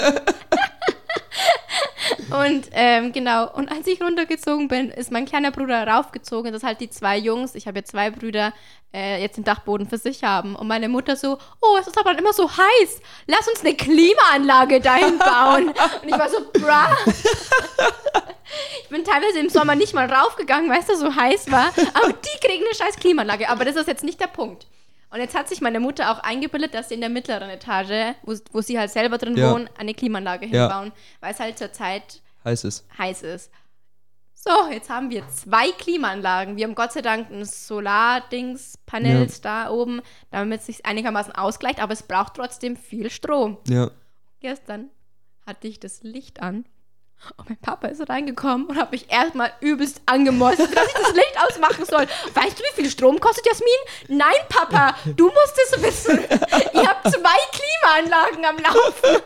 S1: Und ähm, genau, und als ich runtergezogen bin, ist mein kleiner Bruder raufgezogen, dass halt die zwei Jungs, ich habe ja zwei Brüder, äh, jetzt den Dachboden für sich haben. Und meine Mutter so, oh, es ist aber immer so heiß, lass uns eine Klimaanlage dahin bauen. Und ich war so, bra. Ich bin teilweise im Sommer nicht mal raufgegangen, weil es da so heiß war. Aber die kriegen eine scheiß Klimaanlage. Aber das ist jetzt nicht der Punkt. Und jetzt hat sich meine Mutter auch eingebildet, dass sie in der mittleren Etage, wo, wo sie halt selber drin
S2: Ja.
S1: wohnen, eine Klimaanlage
S2: Ja.
S1: hinbauen, weil es halt zur Zeit
S2: Heiß ist.
S1: heiß ist. So, jetzt haben wir zwei Klimaanlagen. Wir haben Gott sei Dank ein Solar-Dings-Panels da oben, damit es sich einigermaßen ausgleicht, aber es braucht trotzdem viel Strom.
S2: Ja.
S1: Gestern hatte ich das Licht an und mein Papa ist reingekommen und hat mich erstmal übelst angemostet, dass ich das Licht ausmachen soll. Weißt du, wie viel Strom kostet, Jasmin? Nein, Papa, du musst es wissen. Ihr habt zwei Klimaanlagen am Laufen.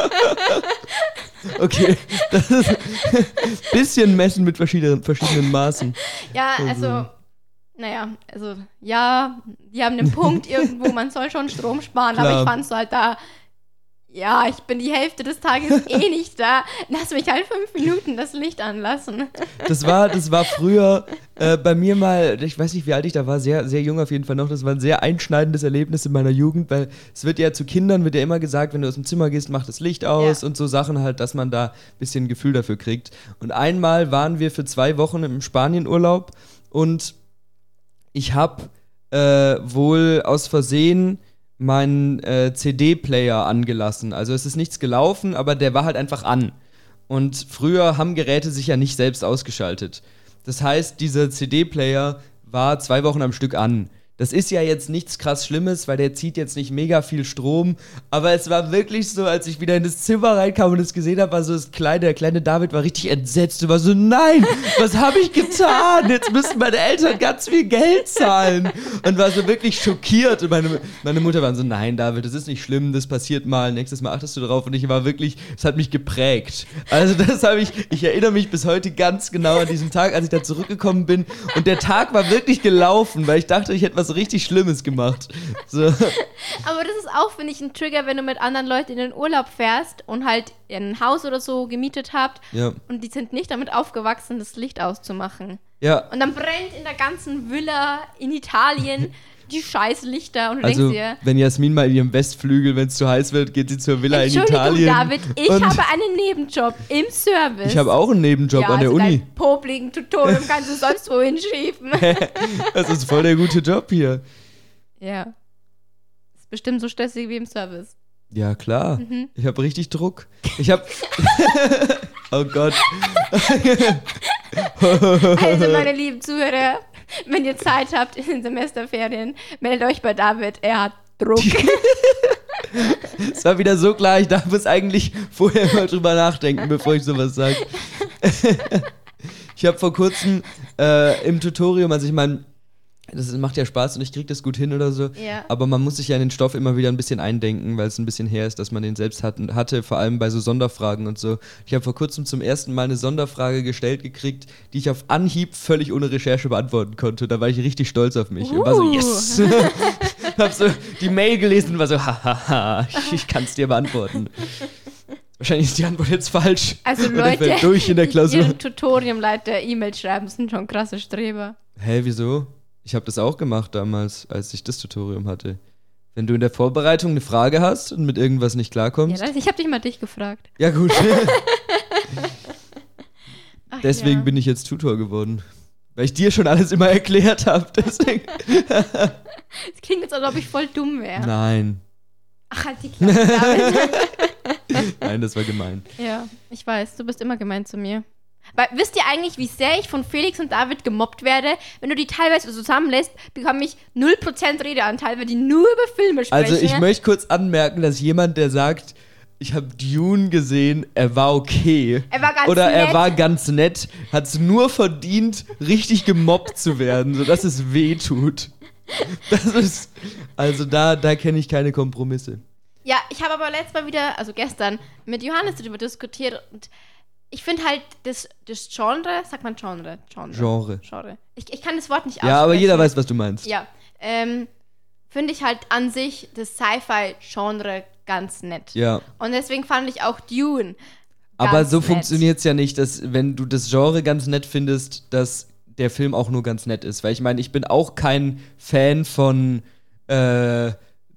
S2: Okay. Das ist ein bisschen messen mit verschiedenen, verschiedenen Maßen.
S1: Ja, also Naja, also ja, die haben den Punkt irgendwo, man soll schon Strom sparen, Klar. aber ich fand so halt da, ja, ich bin die Hälfte des Tages eh nicht da, lass mich halt fünf Minuten das Licht anlassen.
S2: Das war, das war früher äh, bei mir mal, ich weiß nicht, wie alt ich da war, sehr, sehr jung auf jeden Fall noch, das war ein sehr einschneidendes Erlebnis in meiner Jugend, weil es wird ja zu Kindern, wird ja immer gesagt, wenn du aus dem Zimmer gehst, mach das Licht aus ja. und so Sachen halt, dass man da ein bisschen ein Gefühl dafür kriegt. Und einmal waren wir für zwei Wochen im Spanienurlaub und ich habe äh, wohl aus Versehen meinen äh, C D-Player angelassen. Also es ist nichts gelaufen, aber der war halt einfach an. Und früher haben Geräte sich ja nicht selbst ausgeschaltet. Das heißt, dieser C D-Player war zwei Wochen am Stück an. Das ist ja jetzt nichts krass Schlimmes, weil der zieht jetzt nicht mega viel Strom. Aber es war wirklich so, als ich wieder in das Zimmer reinkam und es gesehen habe, war so das kleine, der kleine David war richtig entsetzt und war so, nein, was habe ich getan? Jetzt müssen meine Eltern ganz viel Geld zahlen. Und war so wirklich schockiert. Und meine, meine Mutter war so, nein, David, das ist nicht schlimm, das passiert mal, nächstes Mal achtest du drauf. Und ich war wirklich, es hat mich geprägt. Also das habe ich, ich erinnere mich bis heute ganz genau an diesen Tag, als ich da zurückgekommen bin. Und der Tag war wirklich gelaufen, weil ich dachte, ich hätte was richtig Schlimmes gemacht. So.
S1: Aber das ist auch, finde ich, ein Trigger, wenn du mit anderen Leuten in den Urlaub fährst und halt ein Haus oder so gemietet habt
S2: ja.
S1: und die sind nicht damit aufgewachsen, das Licht auszumachen.
S2: Ja.
S1: Und dann brennt in der ganzen Villa in Italien die scheiß Lichter und du
S2: also,
S1: denkst dir...
S2: wenn Jasmin mal in ihrem Westflügel, wenn es zu heiß wird, geht sie zur Villa in Italien.
S1: David, ich habe einen Nebenjob im Service.
S2: Ich habe auch einen Nebenjob
S1: ja,
S2: an der
S1: also
S2: Uni.
S1: Dein popligen Tutorium kannst du sonst wohin schieben.
S2: Das ist voll der gute Job hier.
S1: Ja. Das ist bestimmt so stressig wie im Service.
S2: Ja, klar.
S1: Mhm.
S2: Ich habe richtig Druck. Ich habe... Oh Gott.
S1: Also, meine lieben Zuhörer, wenn ihr Zeit habt in den Semesterferien, meldet euch bei David, er hat Druck.
S2: Es war wieder so klar, ich darf es eigentlich vorher mal drüber nachdenken, bevor ich sowas sage. Ich habe vor kurzem äh, im Tutorium, also ich meine, das macht ja Spaß und ich kriege das gut hin oder so,
S1: ja.
S2: aber man muss sich ja in den Stoff immer wieder ein bisschen eindenken, weil es ein bisschen her ist, dass man den selbst hat, hatte, vor allem bei so Sonderfragen und so. Ich habe vor kurzem zum ersten Mal eine Sonderfrage gestellt gekriegt, die ich auf Anhieb völlig ohne Recherche beantworten konnte. Da war ich richtig stolz auf mich uh. und war so, yes! Hab so die Mail gelesen und war so, hahaha, ich, ich kann es dir beantworten. Wahrscheinlich ist die Antwort jetzt falsch.
S1: Also Leute,
S2: fällt durch in der Klausur.
S1: Die ihren Tutoriumleiter E-Mail schreiben, sind schon krasse Streber.
S2: Hä, wieso? Ich habe das auch gemacht damals, als ich das Tutorium hatte. Wenn du in der Vorbereitung eine Frage hast und mit irgendwas nicht klarkommst.
S1: Ja, ich habe dich mal dich gefragt.
S2: Ja, gut.
S1: Ach,
S2: Deswegen
S1: ja.
S2: bin ich jetzt Tutor geworden. Weil ich dir schon alles immer erklärt habe. Deswegen.
S1: Das klingt jetzt, als ob ich voll dumm wäre.
S2: Nein.
S1: Ach, halt die Klappe.
S2: Nein, das war gemein.
S1: Ja, ich weiß, du bist immer gemein zu mir. Weil, wisst ihr eigentlich, wie sehr ich von Felix und David gemobbt werde? Wenn du die teilweise zusammenlässt, bekomme ich null Prozent Redeanteil, weil die nur über Filme sprechen.
S2: Also ich möchte kurz anmerken, dass jemand, der sagt, ich habe Dune gesehen, er war okay.
S1: Er war ganz
S2: Oder
S1: nett.
S2: er war ganz nett, hat es nur verdient, richtig gemobbt zu werden, sodass es weh tut. Das ist, also da, da kenne ich keine Kompromisse.
S1: Ja, ich habe aber letztes Mal wieder, also gestern, mit Johannes darüber diskutiert und ich finde halt, das, das Genre, sagt man Genre? Genre.
S2: Genre.
S1: Genre. Ich, ich kann das Wort nicht aussprechen.
S2: Ja, aber jeder weiß, was du meinst.
S1: Ja, ähm, finde ich halt an sich das Sci-Fi-Genre ganz nett.
S2: Ja.
S1: Und deswegen fand ich auch Dune
S2: aber so
S1: nett.
S2: funktioniert es ja nicht, dass wenn du das Genre ganz nett findest, dass der Film auch nur ganz nett ist. Weil ich meine, ich bin auch kein Fan von äh,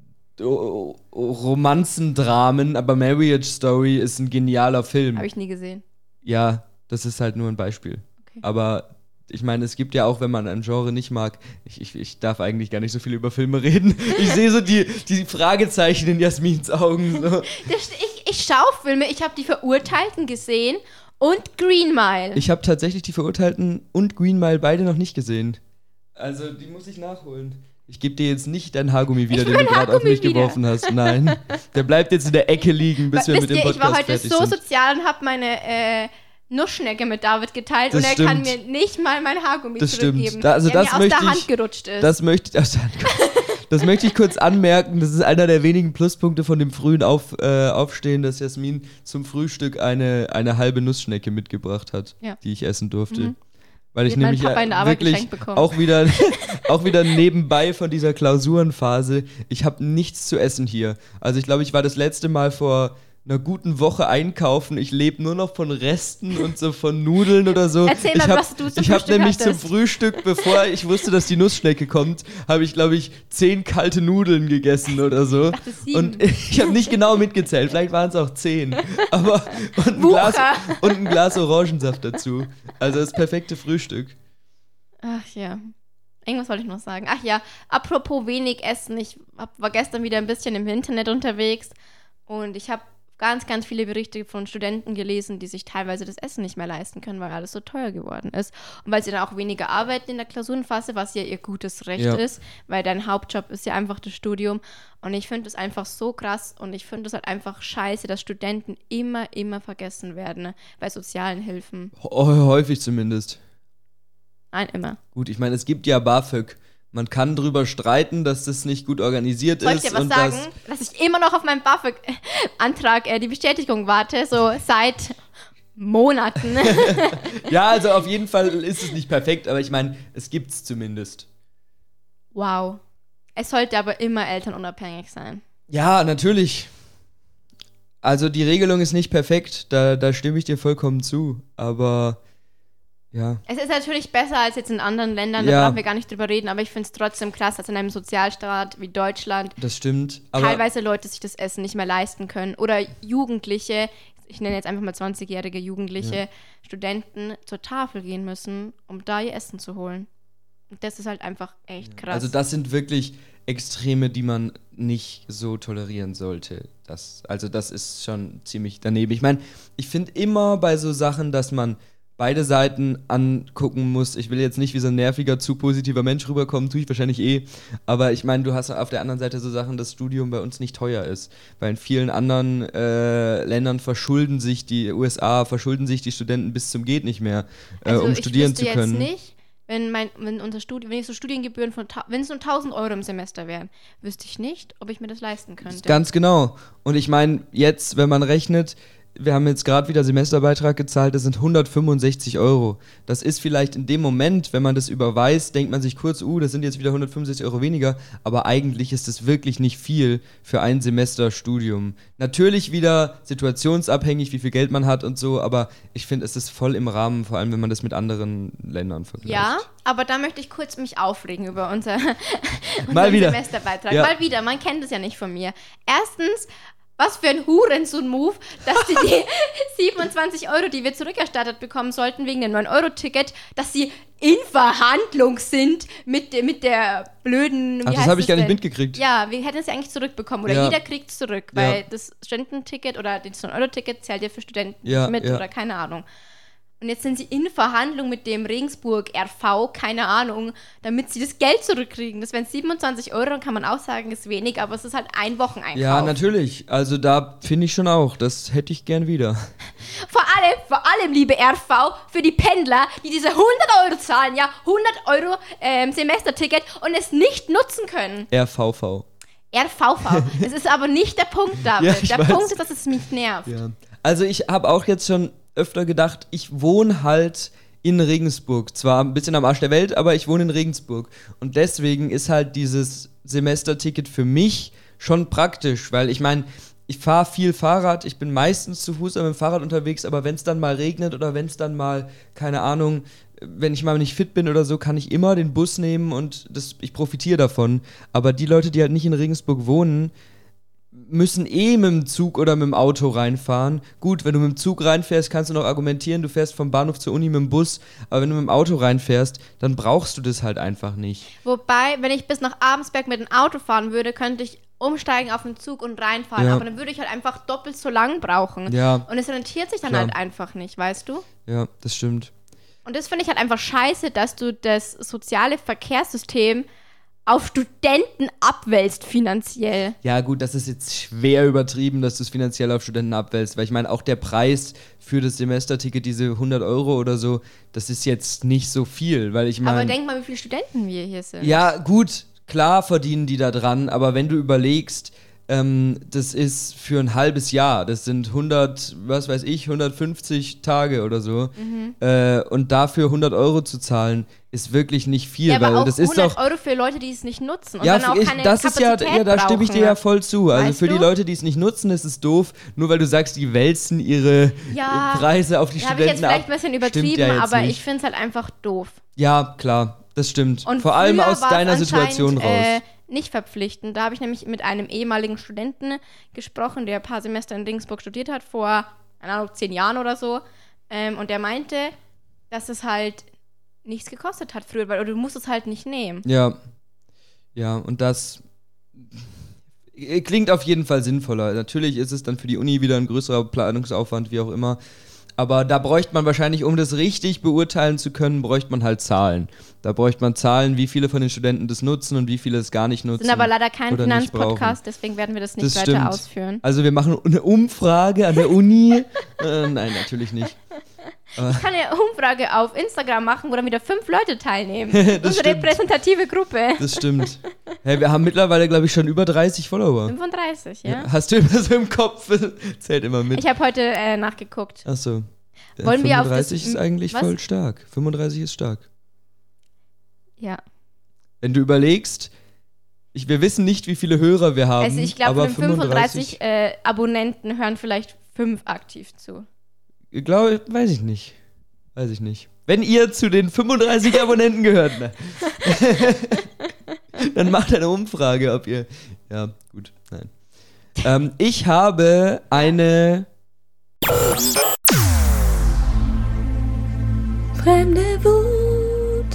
S2: Romanzendramen, aber Marriage Story ist ein genialer Film.
S1: Habe ich nie gesehen.
S2: Ja, das ist halt nur ein Beispiel.
S1: Okay.
S2: Aber ich meine, es gibt ja auch, wenn man ein Genre nicht mag, ich, ich, ich darf eigentlich gar nicht so viel über Filme reden. Ich sehe so die, die Fragezeichen in Jasmins Augen. So.
S1: Das, ich ich schaue Filme, ich habe die Verurteilten gesehen und Green Mile.
S2: Ich habe tatsächlich die Verurteilten und Green Mile beide noch nicht gesehen. Also, die muss ich nachholen. Ich gebe dir jetzt nicht deinen Haargummi wieder,
S1: Ich
S2: den du gerade auf mich
S1: wieder.
S2: geworfen hast. Nein, der bleibt jetzt in der Ecke liegen, bis wir
S1: Wisst
S2: mit dem
S1: ihr,
S2: Podcast
S1: ich war heute
S2: fertig
S1: so
S2: sind.
S1: sozial und habe meine äh, Nussschnecke mit David geteilt
S2: Das
S1: und er
S2: stimmt.
S1: kann mir nicht mal mein Haargummi
S2: Das
S1: zurückgeben,
S2: stimmt. Da, also
S1: der
S2: das
S1: mir
S2: möchte
S1: aus der
S2: ich,
S1: Hand gerutscht ist.
S2: Das möchte, aus der Hand, das möchte ich kurz anmerken. Das ist einer der wenigen Pluspunkte von dem frühen Auf, äh, Aufstehen, dass Jasmin zum Frühstück eine, eine halbe Nussschnecke mitgebracht hat,
S1: Ja.
S2: die ich essen durfte.
S1: Mhm.
S2: Weil ich
S1: Hat mein
S2: nämlich
S1: Papa in der Arbeit
S2: wirklich
S1: geschenkt bekommen.
S2: auch wieder, auch wieder nebenbei von dieser Klausurenphase, ich habe nichts zu essen hier. Also ich glaube, ich war das letzte Mal vor einer guten Woche einkaufen. Ich lebe nur noch von Resten und so von Nudeln oder so.
S1: Erzähl mal,
S2: ich hab,
S1: was du zum
S2: Ich habe
S1: Frühstück
S2: nämlich
S1: hattest.
S2: zum Frühstück, bevor ich wusste, dass die Nussschnecke kommt, habe ich, glaube ich, zehn kalte Nudeln gegessen oder so.
S1: dachte, sieben.
S2: Und ich habe nicht genau mitgezählt, vielleicht waren es auch zehn. Aber und ein, Glas, und ein Glas Orangensaft dazu. Also das perfekte Frühstück.
S1: Ach ja. Irgendwas wollte ich noch sagen. Ach ja, apropos wenig Essen. Ich hab, war gestern wieder ein bisschen im Internet unterwegs und ich habe ganz, ganz viele Berichte von Studenten gelesen, die sich teilweise das Essen nicht mehr leisten können, weil alles so teuer geworden ist. Und weil sie dann auch weniger arbeiten in der Klausurenphase, was ja ihr gutes Recht
S2: Ja.
S1: ist, weil dein Hauptjob ist ja einfach das Studium. Und ich finde es einfach so krass und ich finde es halt einfach scheiße, dass Studenten immer, immer vergessen werden, ne, bei sozialen Hilfen.
S2: H- Häufig zumindest.
S1: Nein, immer.
S2: Gut, ich meine, es gibt ja BAföG. Man kann drüber streiten, dass das nicht gut organisiert
S1: Soll ich
S2: ist.
S1: dir was
S2: und
S1: sagen?
S2: dass
S1: Dass ich immer noch auf meinen BAföG-Antrag äh, die Bestätigung warte, so seit Monaten.
S2: Ja, also auf jeden Fall ist es nicht perfekt, aber ich meine, es gibt's zumindest.
S1: Wow. Es sollte aber immer elternunabhängig sein.
S2: Ja, natürlich. Also die Regelung ist nicht perfekt, da, da stimme ich dir vollkommen zu. Aber ja.
S1: Es ist natürlich besser als jetzt in anderen Ländern,
S2: Ja.
S1: da brauchen wir gar nicht drüber reden, aber ich finde es trotzdem krass, dass in einem Sozialstaat wie Deutschland
S2: Das stimmt. Aber
S1: teilweise Leute sich das Essen nicht mehr leisten können. Oder Jugendliche, ich nenne jetzt einfach mal zwanzigjährige Jugendliche,
S2: Ja.
S1: Studenten zur Tafel gehen müssen, um da ihr Essen zu holen. Und das ist halt einfach echt krass.
S2: Also das sind wirklich Extreme, die man nicht so tolerieren sollte. Das, also das ist schon ziemlich daneben. Ich meine, ich finde immer bei so Sachen, dass man beide Seiten angucken muss. Ich will jetzt nicht wie so ein nerviger, zu positiver Mensch rüberkommen, tue ich wahrscheinlich eh. Aber ich meine, du hast auf der anderen Seite so Sachen, dass Studium bei uns nicht teuer ist. Weil in vielen anderen äh, Ländern verschulden sich die U S A, verschulden sich die Studenten bis zum geht nicht mehr, äh,
S1: also
S2: um
S1: ich
S2: studieren
S1: wüsste
S2: zu können.
S1: jetzt nicht, wenn, mein, wenn, unser Studi- wenn ich so Studiengebühren von, ta- wenn es nur tausend Euro im Semester wären, wüsste ich nicht, ob ich mir das leisten könnte.
S2: Ganz genau. Und ich meine, jetzt, wenn man rechnet, wir haben jetzt gerade wieder Semesterbeitrag gezahlt, das sind hundertfünfundsechzig Euro. Das ist vielleicht in dem Moment, wenn man das überweist, denkt man sich kurz, uh, das sind jetzt wieder hundertfünfundsechzig Euro weniger, aber eigentlich ist das wirklich nicht viel für ein Semester Studium. Natürlich wieder situationsabhängig, wie viel Geld man hat und so, aber ich finde, es ist voll im Rahmen, vor allem wenn man das mit anderen Ländern vergleicht.
S1: Ja, aber da möchte ich kurz mich aufregen über unser,
S2: Mal
S1: unseren
S2: wieder.
S1: Semesterbeitrag.
S2: Ja.
S1: Mal wieder, man kennt es ja nicht von mir. Erstens, was für ein Hurensohn-Move, dass die, die siebenundzwanzig Euro, die wir zurückerstattet bekommen sollten wegen dem neun Euro Ticket, dass sie in Verhandlung sind mit, de- mit der blöden, wie
S2: Ach, das
S1: heißt
S2: habe ich gar nicht
S1: denn?
S2: mitgekriegt.
S1: Ja, wir hätten es ja eigentlich zurückbekommen. Oder
S2: Ja.
S1: jeder kriegt es zurück, weil
S2: Ja.
S1: das Studententicket oder das neun Euro Ticket zählt ja für Studenten
S2: Ja,
S1: nicht mit
S2: ja.
S1: oder keine Ahnung. Und jetzt sind sie in Verhandlung mit dem Regensburg R V, keine Ahnung, damit sie das Geld zurückkriegen. Das wären siebenundzwanzig Euro, dann kann man auch sagen, ist wenig, aber es ist halt ein Wocheneinkauf.
S2: Ja, natürlich. Also da finde ich schon auch, das hätte ich gern wieder.
S1: Vor allem, vor allem, liebe R V, für die Pendler, die diese hundert Euro zahlen, ja, hundert Euro ähm, Semesterticket und es nicht nutzen können.
S2: R V V.
S1: R V V. Das ist aber nicht der Punkt, David.
S2: Ja, ich
S1: der
S2: weiß.
S1: Punkt ist, dass es mich nervt.
S2: Ja. Also ich habe auch jetzt schon öfter gedacht, ich wohne halt in Regensburg. Zwar ein bisschen am Arsch der Welt, aber ich wohne in Regensburg. Und deswegen ist halt dieses Semesterticket für mich schon praktisch, weil ich meine, ich fahre viel Fahrrad, ich bin meistens zu Fuß mit dem Fahrrad unterwegs, aber wenn es dann mal regnet oder wenn es dann mal, keine Ahnung, wenn ich mal nicht fit bin oder so, kann ich immer den Bus nehmen und das, ich profitiere davon. Aber die Leute, die halt nicht in Regensburg wohnen, müssen eh mit dem Zug oder mit dem Auto reinfahren. Gut, wenn du mit dem Zug reinfährst, kannst du noch argumentieren, du fährst vom Bahnhof zur Uni mit dem Bus, aber wenn du mit dem Auto reinfährst, dann brauchst du das halt einfach nicht.
S1: Wobei, wenn ich bis nach Abensberg mit dem Auto fahren würde, könnte ich umsteigen auf den Zug und reinfahren.
S2: Ja.
S1: Aber dann würde ich halt einfach doppelt so lang brauchen.
S2: Ja.
S1: Und es rentiert sich dann
S2: Klar.
S1: halt einfach nicht, weißt du?
S2: Ja, das stimmt.
S1: Und das finde ich halt einfach scheiße, dass du das soziale Verkehrssystem auf Studenten abwälzt finanziell.
S2: Ja gut, das ist jetzt schwer übertrieben, dass du es finanziell auf Studenten abwälzt, weil ich meine, auch der Preis für das Semesterticket, diese hundert Euro oder so, das ist jetzt nicht so viel, weil ich meine...
S1: Aber denk mal, wie viele Studenten wir hier sind.
S2: Ja, gut, klar verdienen die da dran, aber wenn du überlegst, ähm, das ist für ein halbes Jahr. Das sind hundert, was weiß ich, hundertfünfzig Tage oder so. Mhm. Äh, und dafür hundert Euro zu zahlen, ist wirklich nicht viel.
S1: Ja, aber
S2: weil
S1: auch
S2: das ist
S1: hundert
S2: doch,
S1: Euro für Leute, die es nicht nutzen und
S2: ja,
S1: dann auch
S2: ich,
S1: keine
S2: das
S1: Kapazität
S2: ist ja, ja, da stimme ich dir ja voll zu. Also
S1: weißt
S2: für die
S1: du?
S2: Leute, die es nicht nutzen, ist es doof. Nur weil du sagst, die wälzen ihre
S1: ja,
S2: Preise auf die
S1: da habe ich
S2: Studenten
S1: jetzt vielleicht
S2: ab.
S1: ein bisschen
S2: Stimmt
S1: übertrieben,
S2: ja jetzt
S1: aber
S2: nicht.
S1: ich finde es halt einfach doof.
S2: Ja, klar, das stimmt.
S1: Und
S2: vor allem
S1: früher
S2: aus
S1: war
S2: deiner
S1: es
S2: Situation raus.
S1: Äh, nicht verpflichtend. Da habe ich nämlich mit einem ehemaligen Studenten gesprochen, der ein paar Semester in Regensburg studiert hat, vor, keine Ahnung, zehn Jahren oder so. Ähm, und der meinte, dass es halt nichts gekostet hat früher, weil du musst es halt nicht nehmen.
S2: Ja, ja, und das klingt auf jeden Fall sinnvoller. Natürlich ist es dann für die Uni wieder ein größerer Planungsaufwand, wie auch immer. Aber da bräuchte man wahrscheinlich, um das richtig beurteilen zu können, bräuchte man halt Zahlen. Da bräuchte man Zahlen, wie viele von den Studenten das nutzen und wie viele es gar nicht nutzen.
S1: Wir sind aber leider kein Finanzpodcast, deswegen werden wir das nicht
S2: das
S1: weiter
S2: stimmt.
S1: ausführen.
S2: Also wir machen eine Umfrage an der Uni. äh, nein, natürlich nicht.
S1: Ich kann eine Umfrage auf Instagram machen, wo dann wieder fünf Leute teilnehmen.
S2: Das
S1: Unsere
S2: stimmt.
S1: repräsentative Gruppe.
S2: Das stimmt. Hey, wir haben mittlerweile, glaube ich, schon über dreißig Follower.
S1: fünfunddreißig, ja.
S2: Ja, hast du immer so im Kopf? Zählt immer mit.
S1: Ich habe heute äh, nachgeguckt.
S2: Ach so.
S1: Wollen wir auf das-
S2: fünfunddreißig ist eigentlich
S1: was?
S2: voll stark. fünfunddreißig ist stark.
S1: Ja.
S2: Wenn du überlegst, ich, wir wissen nicht, wie viele Hörer wir haben,
S1: Also ich glaube,
S2: aber
S1: von den fünfunddreißig äh, Abonnenten hören vielleicht fünf aktiv zu.
S2: Ich glaube, weiß ich nicht. Weiß ich nicht. Wenn ihr zu den fünfunddreißig Abonnenten gehört, ne? Dann macht eine Umfrage, ob ihr... Ja, gut, nein. Ähm, ich habe eine...
S1: Fremde Wut.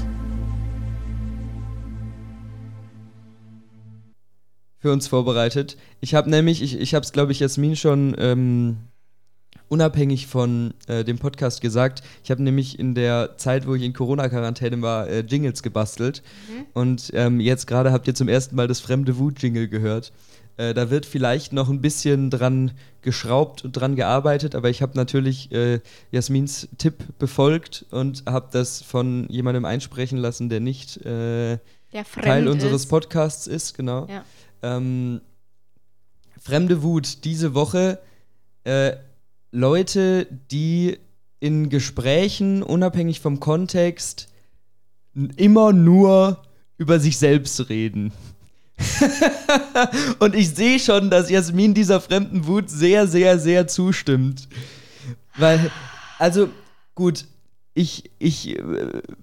S2: für uns vorbereitet. Ich habe nämlich, ich, ich habe es, glaube ich, Jasmin schon ähm, unabhängig von äh, dem Podcast gesagt. Ich habe nämlich in der Zeit, wo ich in Corona-Quarantäne war, äh, Jingles gebastelt. Mhm. Und ähm, jetzt gerade habt ihr zum ersten Mal das fremde Wut-Jingle gehört. Äh, da wird vielleicht noch ein bisschen dran geschraubt und dran gearbeitet, aber ich habe natürlich äh, Jasmins Tipp befolgt und habe das von jemandem einsprechen lassen, der nicht äh,
S1: der
S2: Teil
S1: fremd
S2: unseres
S1: ist.
S2: Podcasts ist, genau.
S1: Ja.
S2: Ähm, fremde Wut diese Woche. Äh, Leute, die in Gesprächen, unabhängig vom Kontext, n- immer nur über sich selbst reden. Und ich sehe schon, dass Jasmin dieser fremden Wut sehr, sehr, sehr zustimmt. Weil, also, gut, ich, ich äh,